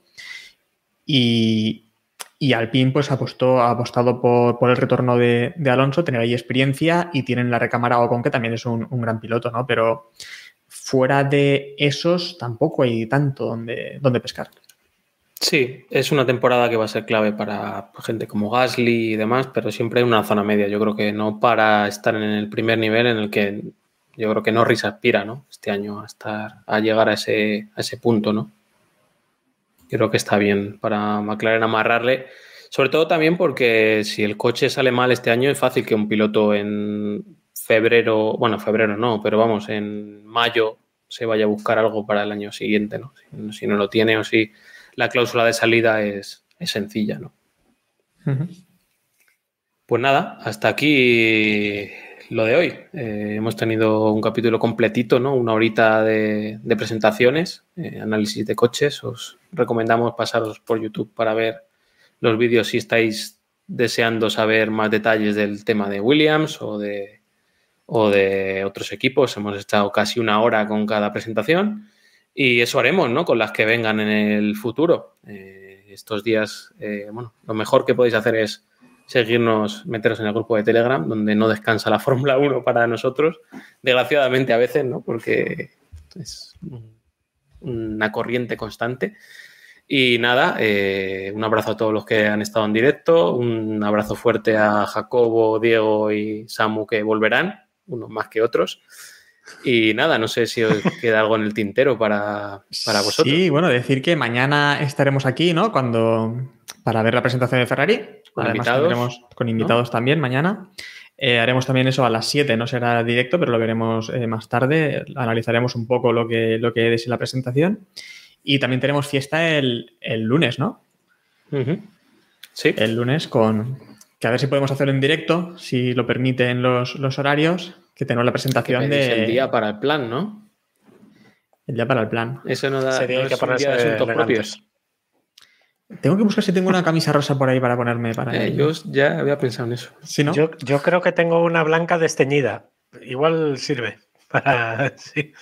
S6: y Alpine pues ha apostado por el retorno de Alonso, tener ahí experiencia, y tienen la recámara Ocon, que también es un gran piloto, ¿no? Pero fuera de esos tampoco hay tanto donde pescar.
S5: Sí, es una temporada que va a ser clave para gente como Gasly y demás, pero siempre hay una zona media. Yo creo que no para estar en el primer nivel en el que yo creo que Norris aspira, ¿no? Este año a llegar a ese punto, ¿no? Creo que está bien para McLaren amarrarle, sobre todo también porque si el coche sale mal este año es fácil que un piloto en febrero no, pero vamos, en mayo se vaya a buscar algo para el año siguiente, ¿no? Si no lo tiene o si la cláusula de salida es sencilla, ¿no?
S6: Uh-huh.
S5: Pues nada, hasta aquí lo de hoy. Hemos tenido un capítulo completito, ¿no? 1 horita de presentaciones, análisis de coches. Os recomendamos pasaros por YouTube para ver los vídeos si estáis deseando saber más detalles del tema de Williams o de otros equipos. Hemos estado casi una hora con cada presentación y eso haremos, ¿no? Con las que vengan en el futuro. Estos días, lo mejor que podéis hacer es meteros en el grupo de Telegram, donde no descansa la Fórmula 1 para nosotros, desgraciadamente a veces, ¿no? Porque es una corriente constante. Y nada, un abrazo a todos los que han estado en directo, un abrazo fuerte a Jacobo, Diego y Samu, que volverán, unos más que otros. Y nada, no sé si os queda algo en el tintero para vosotros.
S6: Sí, bueno, decir que mañana estaremos aquí, ¿no? Para ver la presentación de Ferrari.
S5: Con
S6: Además,
S5: invitados,
S6: tendremos con invitados, ¿no? También mañana. Haremos también eso a las 7, no será directo, pero lo veremos más tarde. Analizaremos un poco lo que es la presentación. Y también tenemos fiesta el lunes, ¿no?
S5: Uh-huh. Sí.
S6: El lunes que a ver si podemos hacerlo en directo, si lo permiten los horarios, que tenemos la presentación
S5: el día para el plan, ¿no?
S6: El día para el plan.
S5: Eso no da
S7: Sería
S5: no
S7: que
S5: es un día de asuntos propios.
S6: Tengo que buscar si tengo una camisa rosa por ahí para ponerme para
S5: yo ya había pensado en eso.
S6: ¿Sí, no?
S7: Yo creo que tengo una blanca desteñida. Igual sirve para... Sí.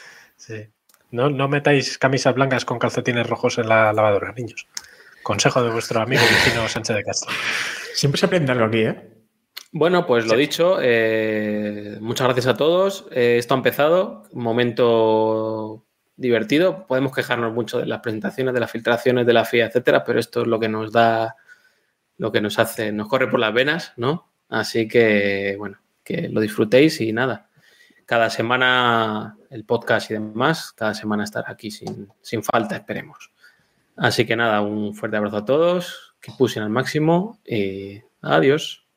S7: No metáis camisas blancas con calcetines rojos en la lavadora, niños. Consejo de vuestro amigo vecino Sánchez de Castro.
S6: Siempre se aprende algo aquí, ¿eh?
S5: Bueno, pues lo dicho, muchas gracias a todos. Esto ha empezado, un momento divertido. Podemos quejarnos mucho de las presentaciones, de las filtraciones de la FIA, etcétera, pero esto es lo que nos da, lo que nos hace, nos corre por las venas, ¿no? Así que, bueno, que lo disfrutéis y nada. Cada semana el podcast y demás, cada semana estará aquí sin falta, esperemos. Así que nada, un fuerte abrazo a todos, que pusen al máximo y adiós.